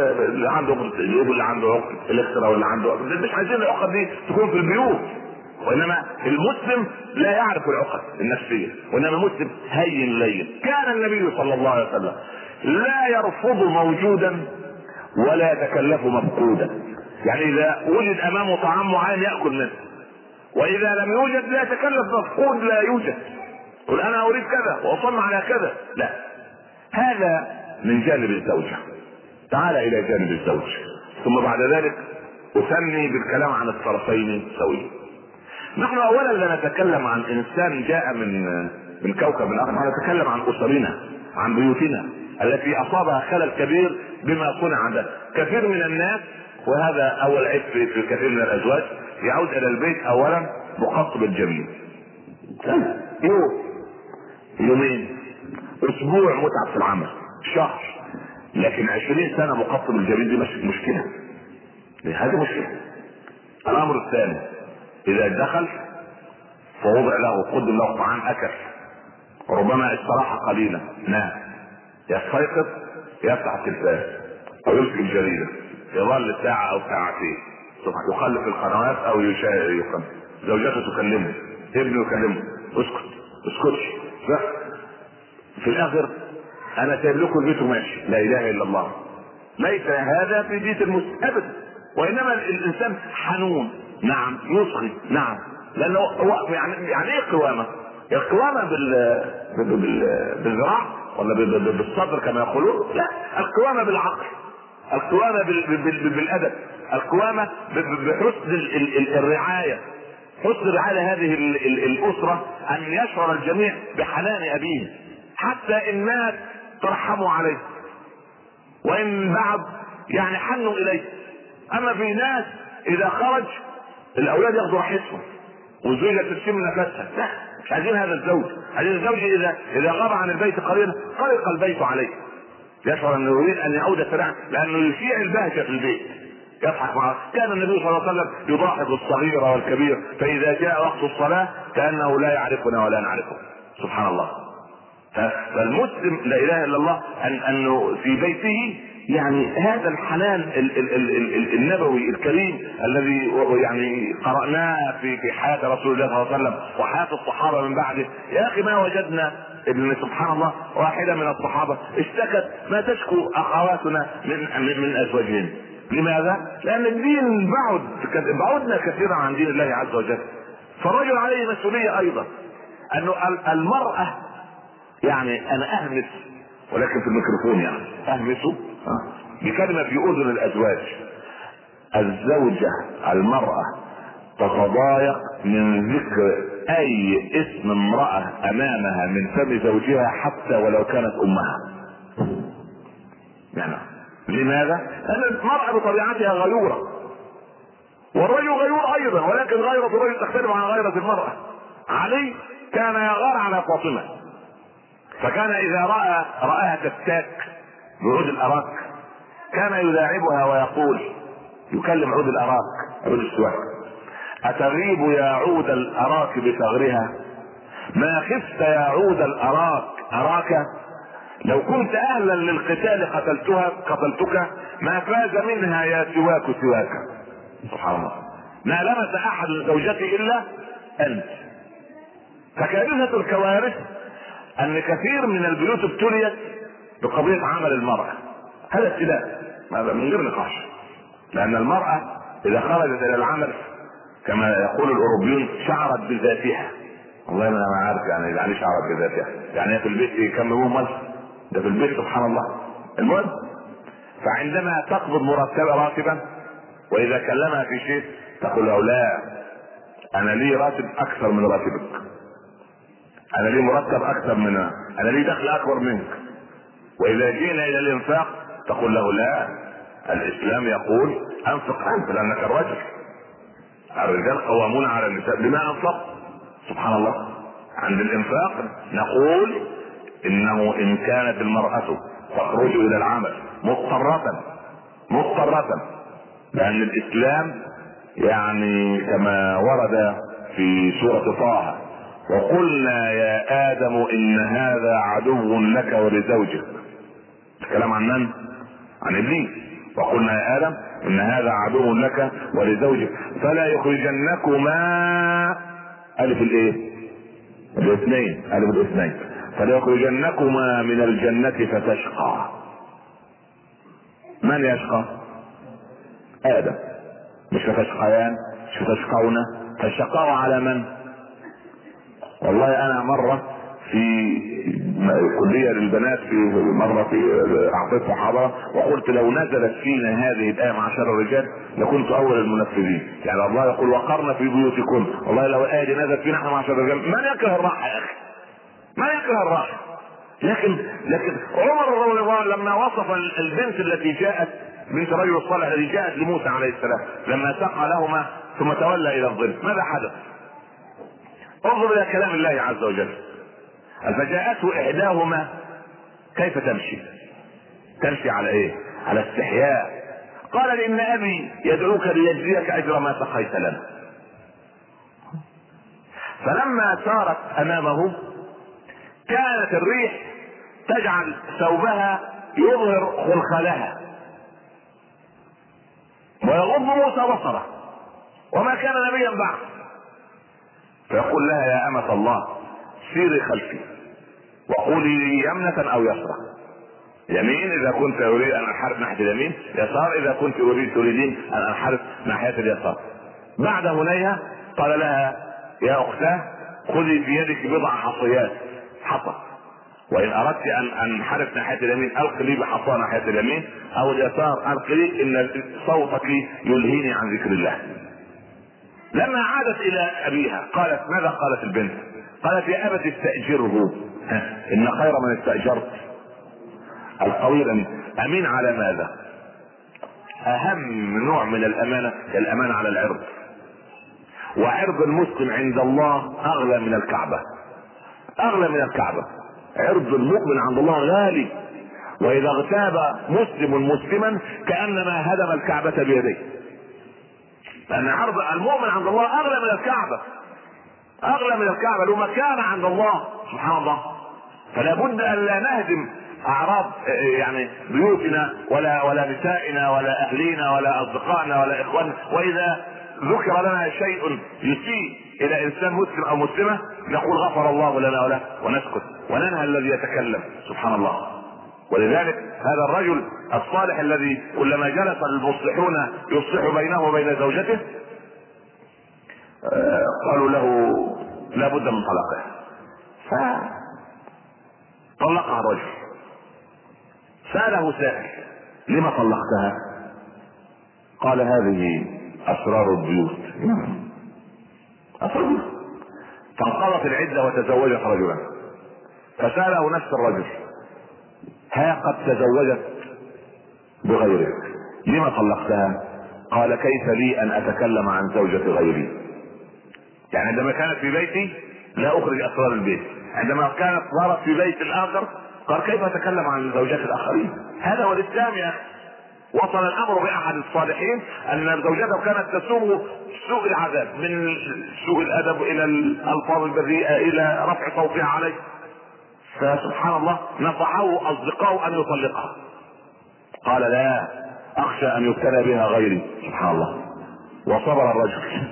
اللي عنده عقدة الاكترا واللي عنده عقدة، مش عايزين العقد دي تكون في البيوت. وانما المسلم لا يعرف العقد النفسية، وانما المسلم هين لين. كان النبي صلى الله عليه وسلم لا يرفض موجودا ولا يتكلف مفقودا. يعني اذا وجد امامه طعام معين يأكل منه، واذا لم يوجد لا يتكلف مفقود لا يوجد. قل انا اريد كذا واصنع على كذا، لا. هذا من جانب الزوجة. تعال الى جانب الزوج، ثم بعد ذلك اثني بالكلام عن الطرفين سويا. نحن اولا لا نتكلم عن انسان جاء من كوكب اخر، نتكلم عن اسرنا، عن بيوتنا التي اصابها خلل كبير بما صنع عنده. كثير من الناس، وهذا اول عيب في كثير من الازواج، يعود الى البيت اولا مقصب الجميل، يوم يومين اسبوع متعب في العمل، شهر، لكن 20 سنة مقصب الجميل دي مش مشكلة، هذه مشكلة. الامر الثاني، اذا دخل فوضع له قدم له طعام اكل، وربما استراح قليلا، نام، يستيقظ يفتح التلفاز او يمسك الجريدة، يظل ساعة او ساعتين، يخلف القنوات او يقم. زوجته تكلمه، ابنه يكلمه، اسكتش. في الاخر انا سايب لكم البيت وماشي، لا اله الا الله. ليس هذا في بيت المسلم ابدا، وانما الانسان حنون، نعم، يصغي، نعم، لانه هو يعني ايه قوامه؟ القوامه بالذراع ولا بالصدر كما يقولون؟ لا، القوامه بالعقل، القوامه بالادب، القوامه بحسن الرعايه، حسن رعاية هذه الاسره، ان يشعر الجميع بحنان ابيه، حتى الناس ترحموا عليه، وان بعض يعني حنوا اليه. اما في ناس اذا خرج الاولاد ياخذوا راحتهم والزوجة تشم نفسها، لا، مش عايزين هذا الزوج. عايزين الزوج اذا غاب عن البيت قليلا قلق البيت عليه، يشعر انه يريد ان يعود سريعا، لانه يشيع البهجة في البيت، يضحك معه. كان النبي صلى الله عليه وسلم يضاحك الصغير والكبير، فاذا جاء وقت الصلاة كأنه لا يعرفنا ولا نعرفه، سبحان الله. فالمسلم لا اله الا الله انه في بيته يعني هذا الحنان النبوي الكريم الذي يعني قرأناه في حياة رسول الله صلى الله عليه وسلم وحياة الصحابة من بعده. يا اخي ما وجدنا ابن سبحان الله واحدة من الصحابة اشتكت ما تشكو اخواتنا من ازواجهن. لماذا؟ لان الدين بعدنا كثيرا عن دين الله عز وجل. فالرجل عليه مسؤولية ايضا، انه المرأة يعني انا اهمس، ولكن في الميكروفون يعني اهمسه بكلمة في اذن الازواج. الزوجة المرأة تتضايق من ذكر اي اسم امرأة امامها من فم زوجها حتى ولو كانت امها. يعني لماذا؟ لان المرأة بطبيعتها غيورة، والرجل غيور ايضا، ولكن غيرة الرجل تختلف عن غيرة المرأة. علي كان يغار على فاطمة، فكان اذا رآها تفتاك بعود الاراك كان يلاعبها ويقول، يكلم عود الاراك، عود السواك: اتغيب يا عود الاراك بثغرها؟ ما خفت يا عود الاراك اراك؟ لو كنت اهلا للقتال قتلتك، ما فاز منها يا سواك سواك. سبحان الله، ما لمس احد زوجته الا انت. فكارثة الكوارث ان كثير من البيوت ابتليت بقضية عمل المرأة. هذا ابتلاء من غير نقاش، لان المرأة اذا خرجت الى العمل كما يقول الاوروبيون شعرت بذاتها. والله ما انا عارف يعني شعرت بذاتها، يعني في البيت كم يوم ده في البيت سبحان الله. المهم، فعندما تقبض راتبا واذا كلمها في شيء تقول له لا، انا لي راتب اكثر من راتبك، انا لي مرتب اكثر منها، انا لي دخل اكبر منك. واذا جينا الى الانفاق تقول له لا، الاسلام يقول انفق انت لانك الرجل، الرجال قوامون على النساء بما انفق. سبحان الله. عند الانفاق نقول انه ان كانت المرأة تخرج الى العمل مضطرة، لان الاسلام يعني كما ورد في سورة طه: وقلنا يا ادم ان هذا عدو لك ولزوجك. الكلام عن من؟ عن ابليس. وقلنا يا ادم ان هذا عدو لك ولزوجك فلا يخرجنكما الف الايه؟ الاثنين، الف الاثنين، فلا يخرجنكما من الجنة فتشقى. من يشقى؟ ادم. مش فتشقيان، مش فتشقون، فالشقاء على من؟ والله انا مرة في كلية للبنات في اعطيت محاضرة وقلت لو نزلت فينا هذه الآية معشر الرجال لكنت اول المنفذين. يعني الله يقول وقرن في بيوتكم، والله لو الآية دي نزلت فينا احنا معشر الرجال من يكره الراحة يا اخي؟ من يكره الراحة؟ لكن عمر رضي الله عنه لما وصف البنت التي جاءت، بنت رجل الصالح الذي جاءت لموسى عليه السلام لما سقى لهما ثم تولى الى الظل، ماذا حدث؟ انظر الى كلام الله عز وجل: فجاءته احداهما كيف تمشي على ايه؟ على استحياء. قال ان ابي يدعوك ليجزيك اجر ما سقيت لنا. فلما سارت امامه كانت الريح تجعل ثوبها يظهر خلخلها ويغض موسى بصره وما كان نبيا بعد. فيقول لها يا امة الله سيري خلفي وقولي لي يمنة او يسرى، يمين اذا كنت اريد ان انحرف ناحية اليمين، يسار اذا كنت تريدين ان انحرف ناحية اليسار. بعد هنيها قال لها يا اختاه خذي بيدك بضع حصيات حصى، وان اردت ان انحرف ناحية اليمين القي لي بحصى ناحية اليمين او اليسار القي لي ان صوتك يلهيني عن ذكر الله. لما عادت الى ابيها قالت ماذا؟ قالت البنت قالت يا ابت استأجره ان خير من استأجرت القوي الامين. امين على ماذا؟ اهم نوع من الامانة الامانة على العرض، وعرض المسلم عند الله اغلى من الكعبة، اغلى من الكعبة. عرض المؤمن عند الله غالي، واذا اغتاب مسلم مسلما كأنما هدم الكعبة بيديه، لان عرض المؤمن عند الله اغلى من الكعبة، اغلى من الكعبة، له مكانة عند الله سبحان الله. فلا بد ان لا نهدم اعراض يعني بيوتنا ولا نسائنا ولا اهلينا ولا اصدقائنا ولا اخواننا. واذا ذكر لنا شيء يسيء الى انسان مسلم او مسلمة نقول غفر الله لنا وله ونسكت وننهى الذي يتكلم سبحان الله. ولذلك هذا الرجل الصالح الذي كلما جلس المصلحون يصلح بينه وبين زوجته قالوا له لا بد من طلاقها، فطلقها الرجل. سأله سائل لما طلقتها؟ قال هذه اسرار البيوت. اسرار البيوت. فانقضت العدة وتزوجت رجلا، فسأله نفس الرجل ها قد تزوجت بغيرك لما طلقتها؟ قال كيف لي ان اتكلم عن زوجة غيري؟ يعني عندما كانت في بيتي لا اخرج اسرار البيت، عندما كانت ظهرت في بيت الاخر قال كيف اتكلم عن زوجات الاخرين؟ هذا هو الاسلام يا اخي. وصل الامر باحد الصالحين ان زوجته كانت تسوء سوء العذاب، من سوء الادب الى الالفاظ البذيئه الى رفع صوتها عليه، فسبحان الله نصحه اصدقائه ان يطلقها. قال لا اخشى ان يبتلى بها غيري سبحان الله. وصبر الرجل.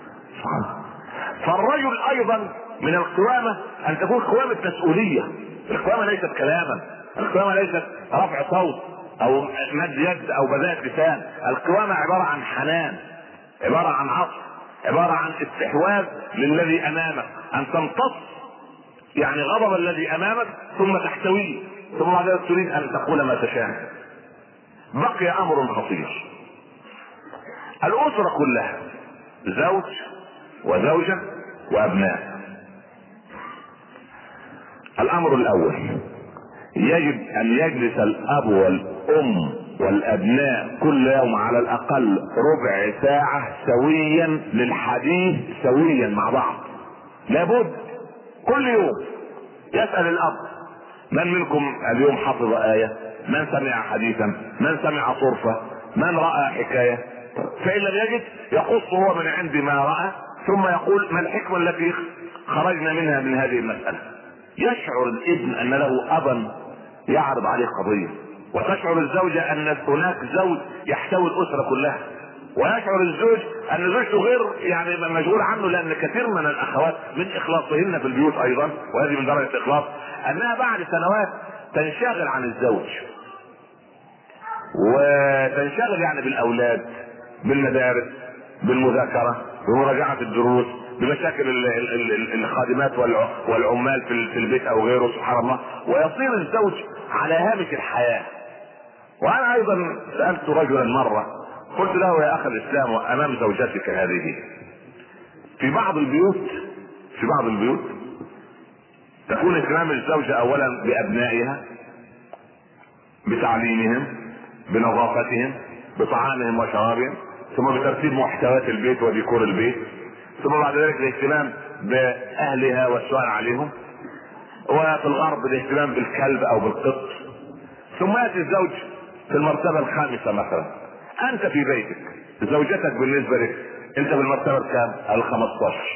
فالرجل ايضا من القوامة ان تكون قوامة مسؤولية. القوامة ليست كلاما، القوامة ليست رفع صوت او مد يد او بذاء لسان. القوامة عبارة عن حنان، عبارة عن عطف، عبارة عن استحواذ للذي امامك، ان تمتص يعني غضب الذي امامك ثم تحتويه، ثم بعد ذلك تريد ان تقول ما تشاء. بقي امر خطير. الاسرة كلها زوج وزوجة وابناء. الامر الاول، يجب ان يجلس الاب والام والابناء كل يوم على الاقل ربع ساعة سويا للحديث سويا مع بعض. لابد كل يوم يسأل الاب: من منكم اليوم حفظ آية؟ من سمع حديثا؟ من سمع طرفة؟ من رأى حكاية؟ فإن لم يجد يقص هو من عند ما رأى، ثم يقول: ما الحكمة التي خرجنا منها من هذه المسألة؟ يشعر الابن ان له ابا يعرض عليه قضية، وتشعر الزوجة ان هناك زوج يحتوي الاسرة كلها، ويشعر الزوج ان زوجته غير يعني مشغول عنه، لان كثير من الاخوات من اخلاصهن في البيوت ايضا، وهذه من درجة الاخلاص، انها بعد سنوات تنشغل عن الزوج وتنشغل يعني بالاولاد، بالمدارس، بالمذاكرة، بمراجعة الدروس، بمشاكل الخادمات والعمال في البيت او غيره، سبحان الله، ويصير الزوج على هامش الحياة. وانا ايضا سألت رجلا مرة، قلت له: يا اخي الاسلام، امام زوجتك هذه في بعض البيوت تكون اهتمام الزوجة اولا بابنائها، بتعليمهم، بنظافتهم، بطعامهم وشرابهم، ثم بترتيب محتويات البيت وديكور البيت، ثم بعد ذلك الاهتمام باهلها والسؤال عليهم، وفي الغرب الاهتمام بالكلب او بالقط، ثم ياتي الزوج في المرتبة الخامسة مثلا. انت في بيتك، زوجتك بالنسبة لك انت بالمرتبة الكام؟ 15.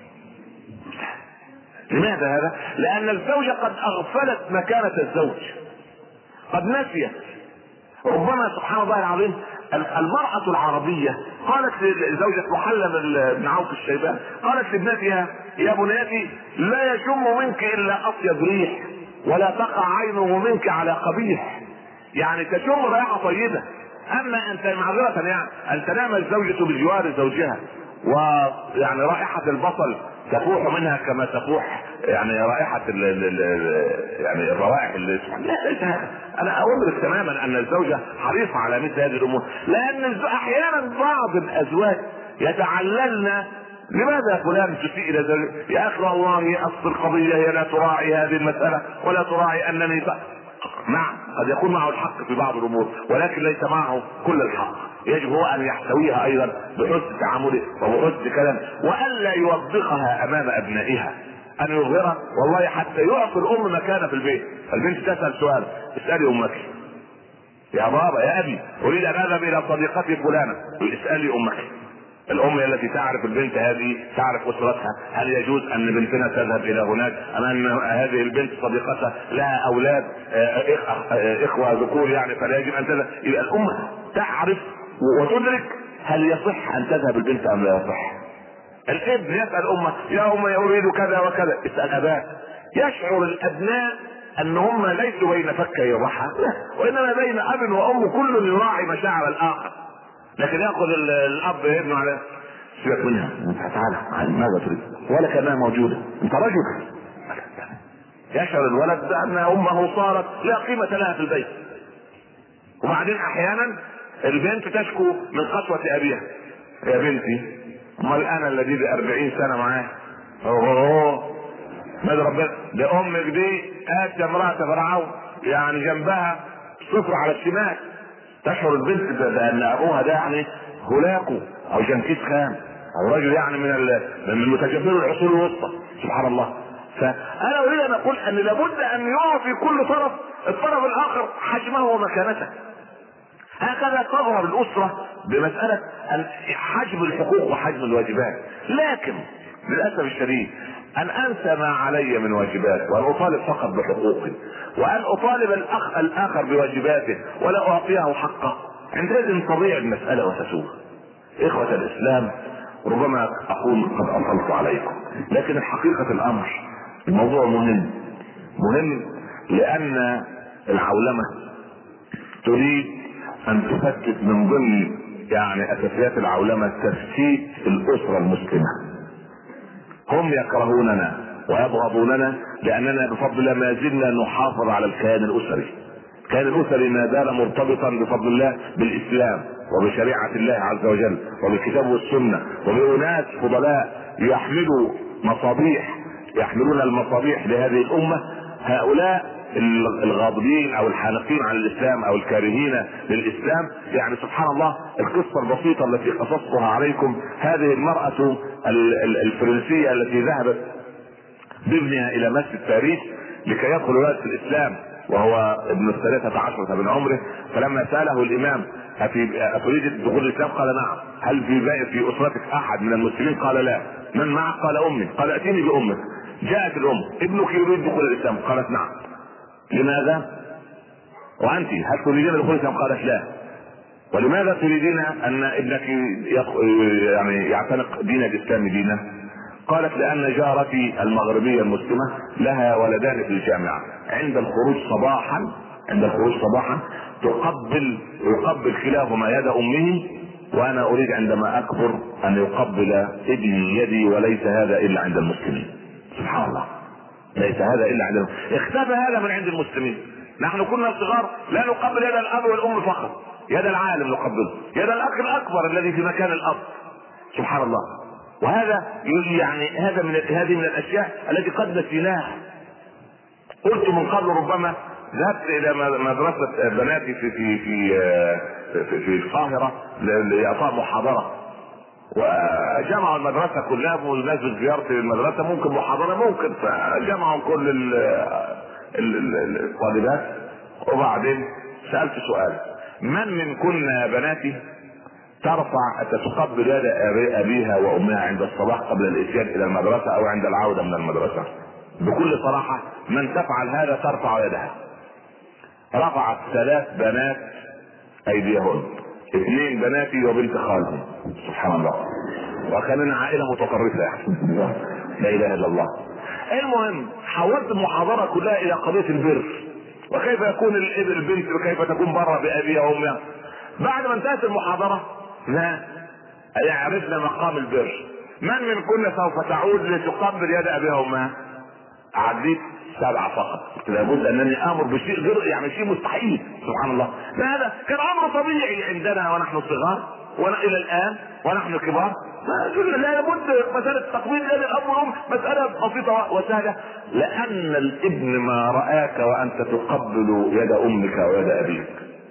لماذا هذا؟ لان الزوجة قد اغفلت مكانة الزوج، قد نسيت. ربما سبحان الله العظيم المرأة العربية قالت لزوجة محلم بن عوف الشيبان، قالت لابنتها: يا بنيتي، لا يشم منك الا اطيب ريح، ولا تقع عينه منك على قبيح. يعني تشم رائحة طيبة. اما انت معذرة يعني ان تنام الزوجة بجوار زوجها ويعني رائحة البصل تفوح منها كما تفوح يعني رائحة يعني الروائح اللي لا ليس هذا. انا اؤمن تماما ان الزوجة حريصة على مثل هذه الامور، لان احيانا بعض الازواج يتعللن: لماذا يا فلان تسيء الى زوجك؟ يا اخي والله اصل القضية هي لا تراعي هذه المسألة، ولا تراعي انني نعم قد يكون معه الحق في بعض الامور، ولكن ليس معه كل الحق. يجب هو ان يحتويها ايضا بحسن تعامله وبحسن كلامه، والا يوبخها امام ابنائها، ان يظهرها والله حتى يعطي الام مكانه في البيت. البنت تسال سؤال: اسالي امك. يا بابا يا ابي اريد ان اذهب الى صديقتي فلانه. اسالي امك. الام هي التي تعرف البنت هذه، تعرف اسرتها. هل يجوز ان بنتنا تذهب الى هناك ام ان هذه البنت صديقتها لها اولاد اخوه ذكور يعني فلا يجب ان تذهب؟ يبقى الام تعرف وتدرك هل يصح ان تذهب البنت ام لا يصح. الابن يسال امه: يا ام اريد كذا وكذا. اسال اباه. يشعر الابناء ان هم ليسوا بين فكي الرحى، وانما بين اب وام كل يراعي مشاعر الاخر. لكن ياخذ الاب ابنه على سيبك منها، تعالى ماذا تريد؟ ولا كانها موجوده، انت رجل. يشعر الولد بان امه صارت لا قيمه لها في البيت. وبعدين احيانا البنت تشكو من قسوه ابيها: يا بنتي، امال انا الذي ب40 سنه معاه ماذا ربنا لامك دي اتى امراه فرعون يعني جنبها صفر على الشمال. تشعر البنت بان ابوها ده يعني هولاكو او جنكيز خان او رجل يعني من متجبر العصور الوسطى، سبحان الله. فانا اريد ان اقول ان لابد ان يعطي كل طرف الطرف الاخر حجمه ومكانته. هكذا تظهر الاسره بمساله حجم الحقوق وحجم الواجبات. لكن للاسف الشديد ان انسى ما علي من واجبات وان اطالب فقط بحقوقي، وان اطالب الاخر بواجباته ولا اعطيه حقه، عندئذ تضيع المساله وتسوء. اخوة الاسلام، ربما اكون قد اطلت عليكم، لكن الحقيقة الامر الموضوع مهم لان العولمة تريد ان تفتت من ضمن يعني اساسيات العولمة تفتيت الاسرة المسلمة. هم يكرهوننا ويبغضوننا لاننا بفضل الله ما زلنا نحافظ على الكيان الاسري. الكيان الاسري ما زال مرتبطا بفضل الله بالاسلام وبشريعة الله عز وجل وبالكتاب والسنة وبأناس فضلاء يحملون المصابيح لهذه الامة. هؤلاء الغاضبين او الحانقين على الاسلام او الكارهين للاسلام، يعني سبحان الله القصة البسيطة التي قصصتها عليكم، هذه المرأة الفرنسية التي ذهبت بابنها الى مسجد باريس لكي يدخل الولد في الاسلام وهو ابن 13 من عمره، فلما سأله الامام اتريد الدخول الاسلام قال نعم. هل في اسرتك احد من المسلمين؟ قال لا. من معك؟ قال امي. قال اتيني بامك. جاءت الام. ابنك يريد دخول الاسلام؟ قالت نعم. لماذا؟ وانت هل تريدين دخول الاسلام؟ قالت لا. ولماذا تريدين ان ابنك يعني يعتنق دين الاسلام دينا؟ قالت لان جارتي المغربية المسلمة لها ولدان في الجامعة، عند الخروج صباحا يقبل كلاهما يد امه، وانا اريد عندما اكبر ان يقبل ابني يدي، وليس هذا الا عند المسلمين. سبحان الله، ليس هذا الا عند المسلمين. اختفى هذا من عند المسلمين. نحن كنا صغار لا نقبل يد الاب والام فقط، يد العالم نقبله، يد الاخ الاكبر الذي في مكان الاب. سبحان الله. وهذا يعني هذه من الاشياء التي قد نسيناها. قلت من قبل ربما ذهبت الى مدرسة بناتي في القاهرة لاعطاء محاضرة، وجمعوا المدرسة كلها والناس زيارة المدرسة ممكن محاضرة ممكن، فجمعوا كل الطالبات، وبعدين سألت سؤال: من كنا بناتي تتقبل يد ابيها وامها عند الصباح قبل الاتيان الى المدرسة او عند العودة من المدرسة؟ بكل صراحة من تفعل هذا ترفع يدها. رفعت 3 بنات ايديهن، 2 بناتي وبنت خالتي. سبحان الله. وكاننا عائلة متطرفة يعني. لا اله الا الله. المهم حولت المحاضرة كلها الى قضية البر، وكيف يكون البنت وكيف تكون برا بابيها وامها. بعد ما انتهت المحاضرة لا عرفنا مقام البر. من كنا سوف تعود لتقبل يد ابيها وامها؟ عديت 7 فقط. لابد انني امر بشيء غير يعني شيء مستحيل. سبحان الله. هذا كان امر طبيعي عندنا ونحن صغار والى الان ونحن كبار. لا بد مسألة تقبيل يد الاب والام مسألة بسيطة وسهلة، لان الابن ما رآك وانت تقبل يد امك ويد ابيك،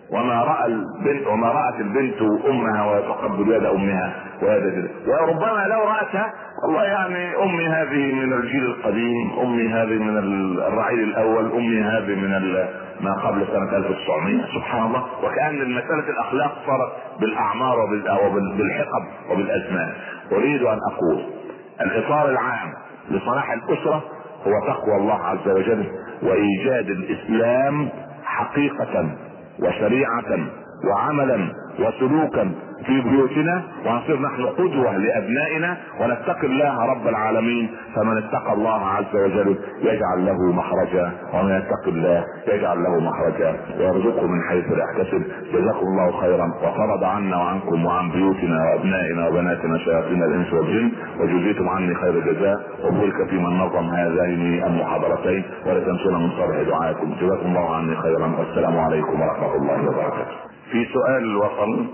وما رأت البنت امها وتقبل يد امها ويد جدها. وربما لو رأتها والله يعني امي هذه من الجيل القديم، امي هذه من الرعيل الاول، امي هذه من ما قبل سنة 1900. سبحان الله. وكأن مسألة الاخلاق صارت بالاعمار وبالحقب وبالازمان. اريد ان اقول الاطار العام لصلاح الاسرة هو تقوى الله عز وجل وايجاد الاسلام حقيقة وشريعة وعملا وسلوكا في بيوتنا، ونصير نحن قدوة لابنائنا ونتقي الله رب العالمين. فمن اتقى الله عز وجل يجعل له مخرجا، ومن يتقي الله يجعل له مخرجا ويرزقه من حيث لا يحتسب. جزاكم الله خيرا، وفرض عنا وعنكم وعن بيوتنا وابنائنا وبناتنا شياطين الانس والجن، وجزيتم عني خير الجزاء، وبارك في من نظم هذين المحاضرتين، ولا تنسونا من صالح دعائكم. جزاكم الله عني خيرا، والسلام عليكم ورحمة الله وبركاته. في سؤال وصل: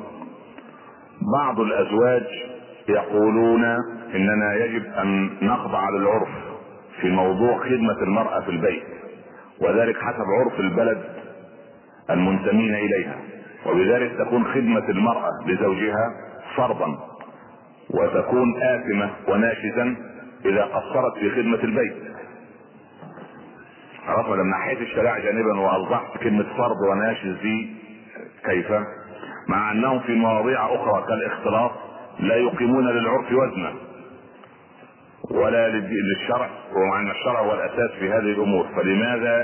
بعض الازواج يقولون اننا يجب ان نخضع للعرف في موضوع خدمة المرأة في البيت، وذلك حسب عرف البلد المنتمين اليها، وبذلك تكون خدمة المرأة لزوجها فرضا، وتكون آثمة وناشزا اذا قصرت في خدمة البيت. عرفنا لما نحيت الشريعة جانبا واوضحت كلمة فرض وناشز دي كيف، مع انهم في مواضيع اخرى كالاختلاط لا يقيمون للعرف وزنا ولا للشرع، ومع ان الشرع هو الاساس في هذه الامور، فلماذا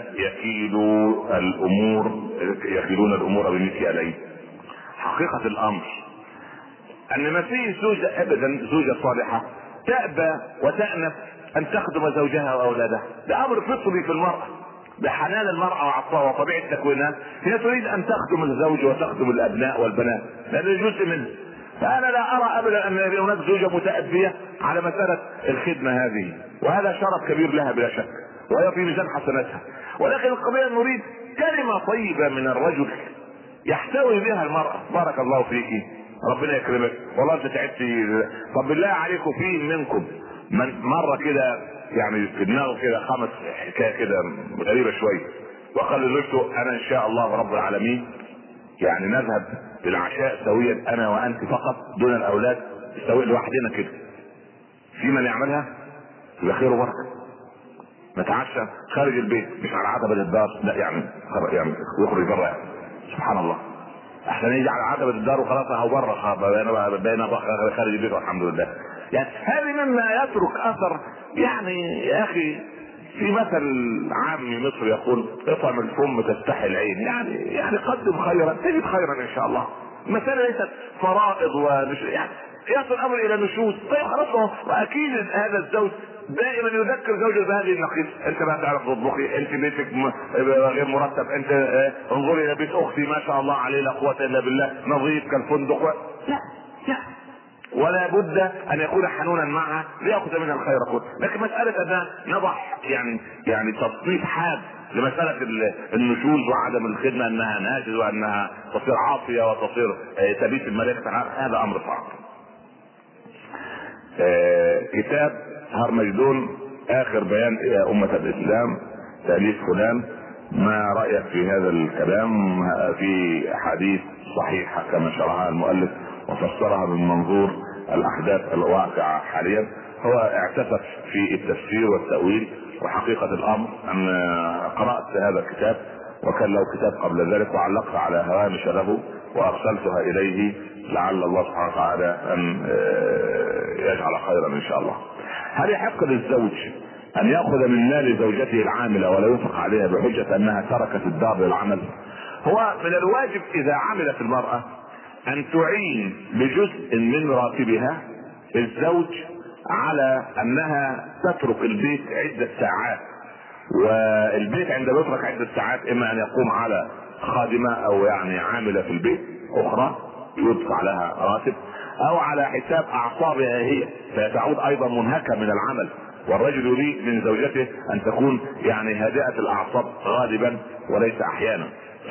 يكيلون الامور بمكيالين؟ حقيقة الامر ان ما فيه زوجة ابدا، زوجة صالحة تأبى وتأنف ان تخدم زوجها واولادها. ده امر فطري في المرأة، بحنان المرأة وعطاها وطبيعة تكوينها، هي تريد ان تخدم الزوج وتخدم الابناء والبنات، هذا جزء منه. فانا لا ارى ابدا ان هناك زوجة متأبية على مسألة الخدمة هذه، وهذا شرف كبير لها بلا شك، وهي في ميزان حسناتها. ولكن القضية نريد كلمة طيبة من الرجل يحتوي بها المرأة. بارك الله فيك، ربنا يكرمك، والله انت تعبتي. طب بالله عليكم، في منكم من مرة كده يعني في دماغه كده 5 حكاية كده غريبة شوية، وقال لزوجته انا ان شاء الله رب العالمين يعني نذهب للعشاء سويا انا وانت فقط دون الاولاد، سويا لوحدنا كده. في من يعملها يبقى خير وبركة. نتعشى خارج البيت مش على عتبة الدار، لا يعني يخرج بره يعني. سبحان الله، احسن يجي على عتبة الدار وخلاص اهو بره بين خارج البيت والحمد لله. يعني هذه مما يترك اثر. يعني يا اخي في مثل عامي مصري يقول اطعم الفم تستحي العين، يعني قدم خيرا تجد خيرا ان شاء الله. المسألة ليست فرائض يعني يصل الامر الى نشوز. طيب خلاص، واكيد هذا الزوج دائما يذكر زوجه بهذه النقيض. انت ما تعرف تطبخي، انت بيتك غير مرتب، انت انظري الى بيت اختي ما شاء الله عليه لا قوه الا بالله، نظيف كالفندق لا لا، ولا بد ان يكون حنونا معها ليأخذ منها الخير كله. لكن مسألة ان نضع يعني تصنيف حاد لمسألة النشوز وعدم الخدمة، انها ناجز وانها تصير عاصية وتصير تبيت الملائكة، هذا امر صعب. كتاب هرمجدون اخر بيان يا امة الاسلام، تأليف فلان، ما رأيك في هذا الكلام؟ في حديث صحيحة كما شرحها المؤلف وفسرها من منظور الاحداث الواقعة حاليا. هو اعتسف في التفسير والتأويل، وحقيقة الامر ان قرأت هذا الكتاب وكان له كتاب قبل ذلك وعلقت على هوامش له وارسلتها اليه، لعل الله سبحانه وتعالى ان يجعل خيرا ان شاء الله. هل يحق للزوج ان ياخذ من مال زوجته العاملة ولا ينفق عليها بحجة انها تركت الدار للعمل؟ هو من الواجب اذا عملت المرأة ان تعين بجزء من راتبها الزوج على انها تترك البيت عدة ساعات، والبيت عندما يترك عدة ساعات اما ان يقوم على خادمة او يعني عاملة في البيت اخرى يدفع لها راتب، او على حساب اعصابها هي فتعود ايضا منهكة من العمل. والرجل يريد من زوجته ان تكون يعني هادئة الاعصاب غالبا وليس احيانا.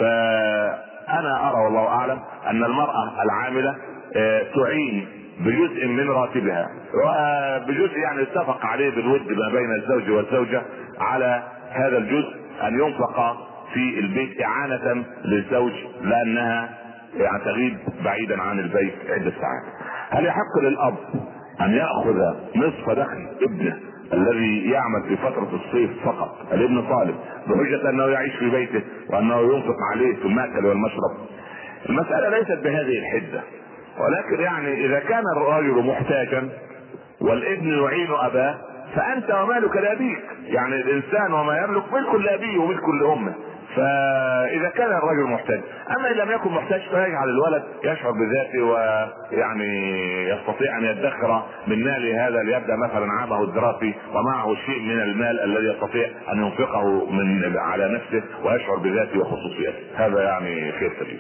فانا ارى والله اعلم ان المرأة العاملة تعين بجزء من راتبها، وبجزء يعني اتفق عليه بالود ما بين الزوج والزوجة على هذا الجزء ان ينفق في البيت اعانة للزوج، لانها يعني تغيب بعيدا عن البيت عدة ساعات. هل يحق للاب ان يأخذ نصف دخل ابنه الذي يعمل في فترة الصيف فقط، الابن طالب، بحجة انه يعيش في بيته وانه ينفق عليه في المأكل والمشرب؟ المسألة ليست بهذه الحدة، ولكن يعني اذا كان الرجل محتاجا والابن يعين اباه فانت ومالك لابيك. يعني الانسان وما يملك ملك لابيه وملك لامه. فاذا كان الرجل محتاج، اما ان لم يكن محتاج فيجعل الولد يشعر بذاته ويعني يستطيع ان يدخر من ماله هذا ليبدا مثلا عامه الدراسي ومعه شيء من المال الذي يستطيع ان ينفقه على نفسه ويشعر بذاته وخصوصيته، هذا يعني خير كبير.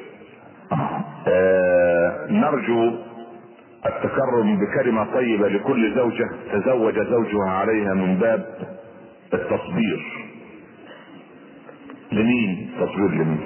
نرجو التكرم بكلمة طيبة لكل زوجة تزوج زوجها عليها من باب التصبير. لمين تصبير؟ لمين؟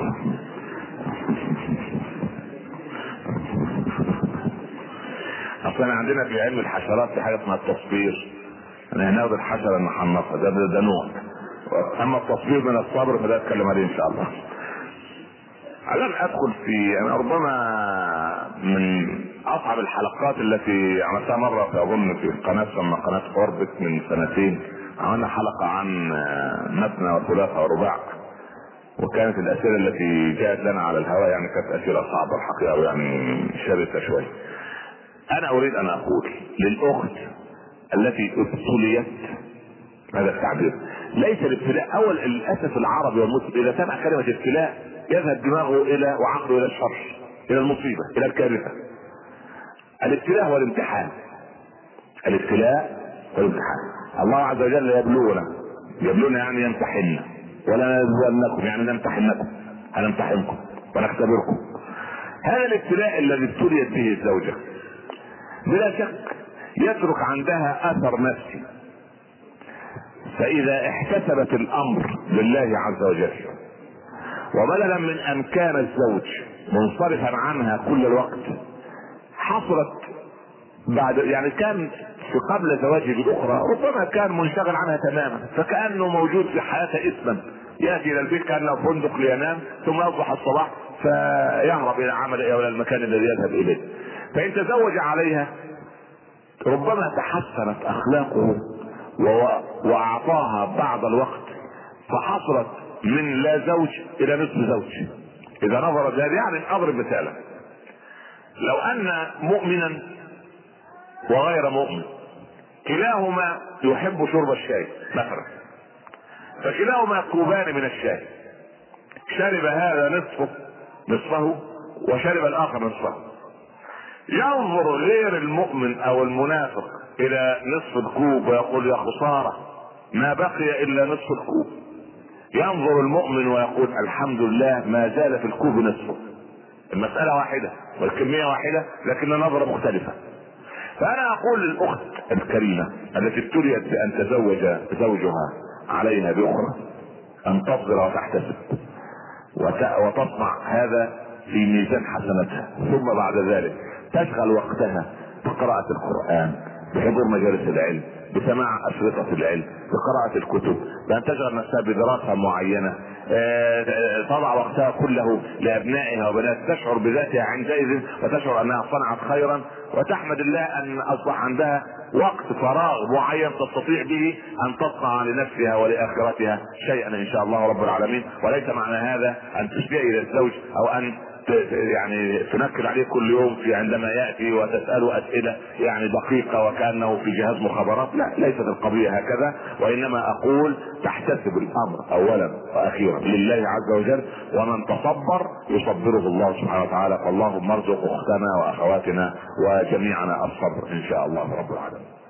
اصلا عندنا في علم الحشرات في حاجة اسمها التصبير، انا هناخد الحشرة المحنطة ده نوع، اما التصبير من الصبر فده اتكلم عليه ان شاء الله. لن ادخل في، انا ربما من اصعب الحلقات التي عملتها مرة في اظن في قناة اوربت من 2 سنين، عملنا حلقة عن مثنى وثلاثة ورباع، وكانت الاسئلة التي جاءت لنا على الهواء يعني كانت اسئلة صعبة الحقيقة ويعني شرسة شوية. انا اريد ان اقول للاخت التي ابتليت، هذا التعبير ليس الابتلاء اول، للاسف العربي والمسلم اذا سمع كلمة ابتلاء يذهب دماغه الى وعقله الى الشر، الى المصيبة، الى الكارثة. الابتلاء والامتحان. الابتلاء والامتحان. الله عز وجل يبلونا يعني يمتحننا، ولا نبلونكم يعني نمتحنكم، هنمتحنكم ونختبركم. هذا الابتلاء الذي ابتليت به الزوجة بلا شك يترك عندها اثر نفسي، فاذا احتسبت الامر لله عز وجل، وبدلا من ان كان الزوج منصرفا عنها كل الوقت، حصلت بعد يعني كان في قبل زواجه بالاخرى ربما كان منشغل عنها تماما، فكانه موجود في حياته اسما، ياتي الى البيت كانه فندق لينام ثم يصبح الصباح فيهرب الى عمله او الى المكان الذي يذهب اليه. فان تزوج عليها ربما تحسنت اخلاقه واعطاها بعض الوقت، فحصلت من لا زوج الى نصف زوج. اذا نظر ذلك يعني اضرب مثالا، لو ان مؤمنا وغير مؤمن كلاهما يحب شرب الشاي مثلا، فكلاهما كوبان من الشاي، شرب هذا نصفه وشرب الاخر نصفه، ينظر غير المؤمن او المنافق الى نصف الكوب ويقول يا خسارة ما بقي الا نصف الكوب، ينظر المؤمن ويقول الحمد لله ما زال في الكوب نصفه. المسألة واحدة والكمية واحدة لكن النظرة مختلفة. فانا اقول للاخت الكريمة التي ابتليت بان تزوج زوجها عليها باخرى ان تصبر وتحتسب وتصنع هذا في ميزان حسناتها، ثم بعد ذلك تشغل وقتها بقراءة القرآن، بحضور مجالس العلم، بسماع أشرطة العلم، بقراءة الكتب، بأن تشغل نفسها بدراسة معينة، تضع وقتها كله لأبنائها وبنات، تشعر بذاتها عندئذ وتشعر أنها صنعت خيرا، وتحمد الله أن أصبح عندها وقت فراغ معين تستطيع به أن تصنع لنفسها ولآخرتها شيئا إن شاء الله رب العالمين. وليس معنى هذا أن تسيء إلى الزوج أو أن يعني تنكر عليه كل يوم في عندما يأتي وتسأله أسئلة يعني دقيقة وكأنه في جهاز مخابرات، لا، ليست القضية هكذا، وإنما أقول تحتسب الأمر أولا وأخيرا لله عز وجل، ومن تصبر يصبره الله سبحانه وتعالى. فاللهم ارزق أختنا وأخواتنا وجميعنا الصبر إن شاء الله رب العالمين.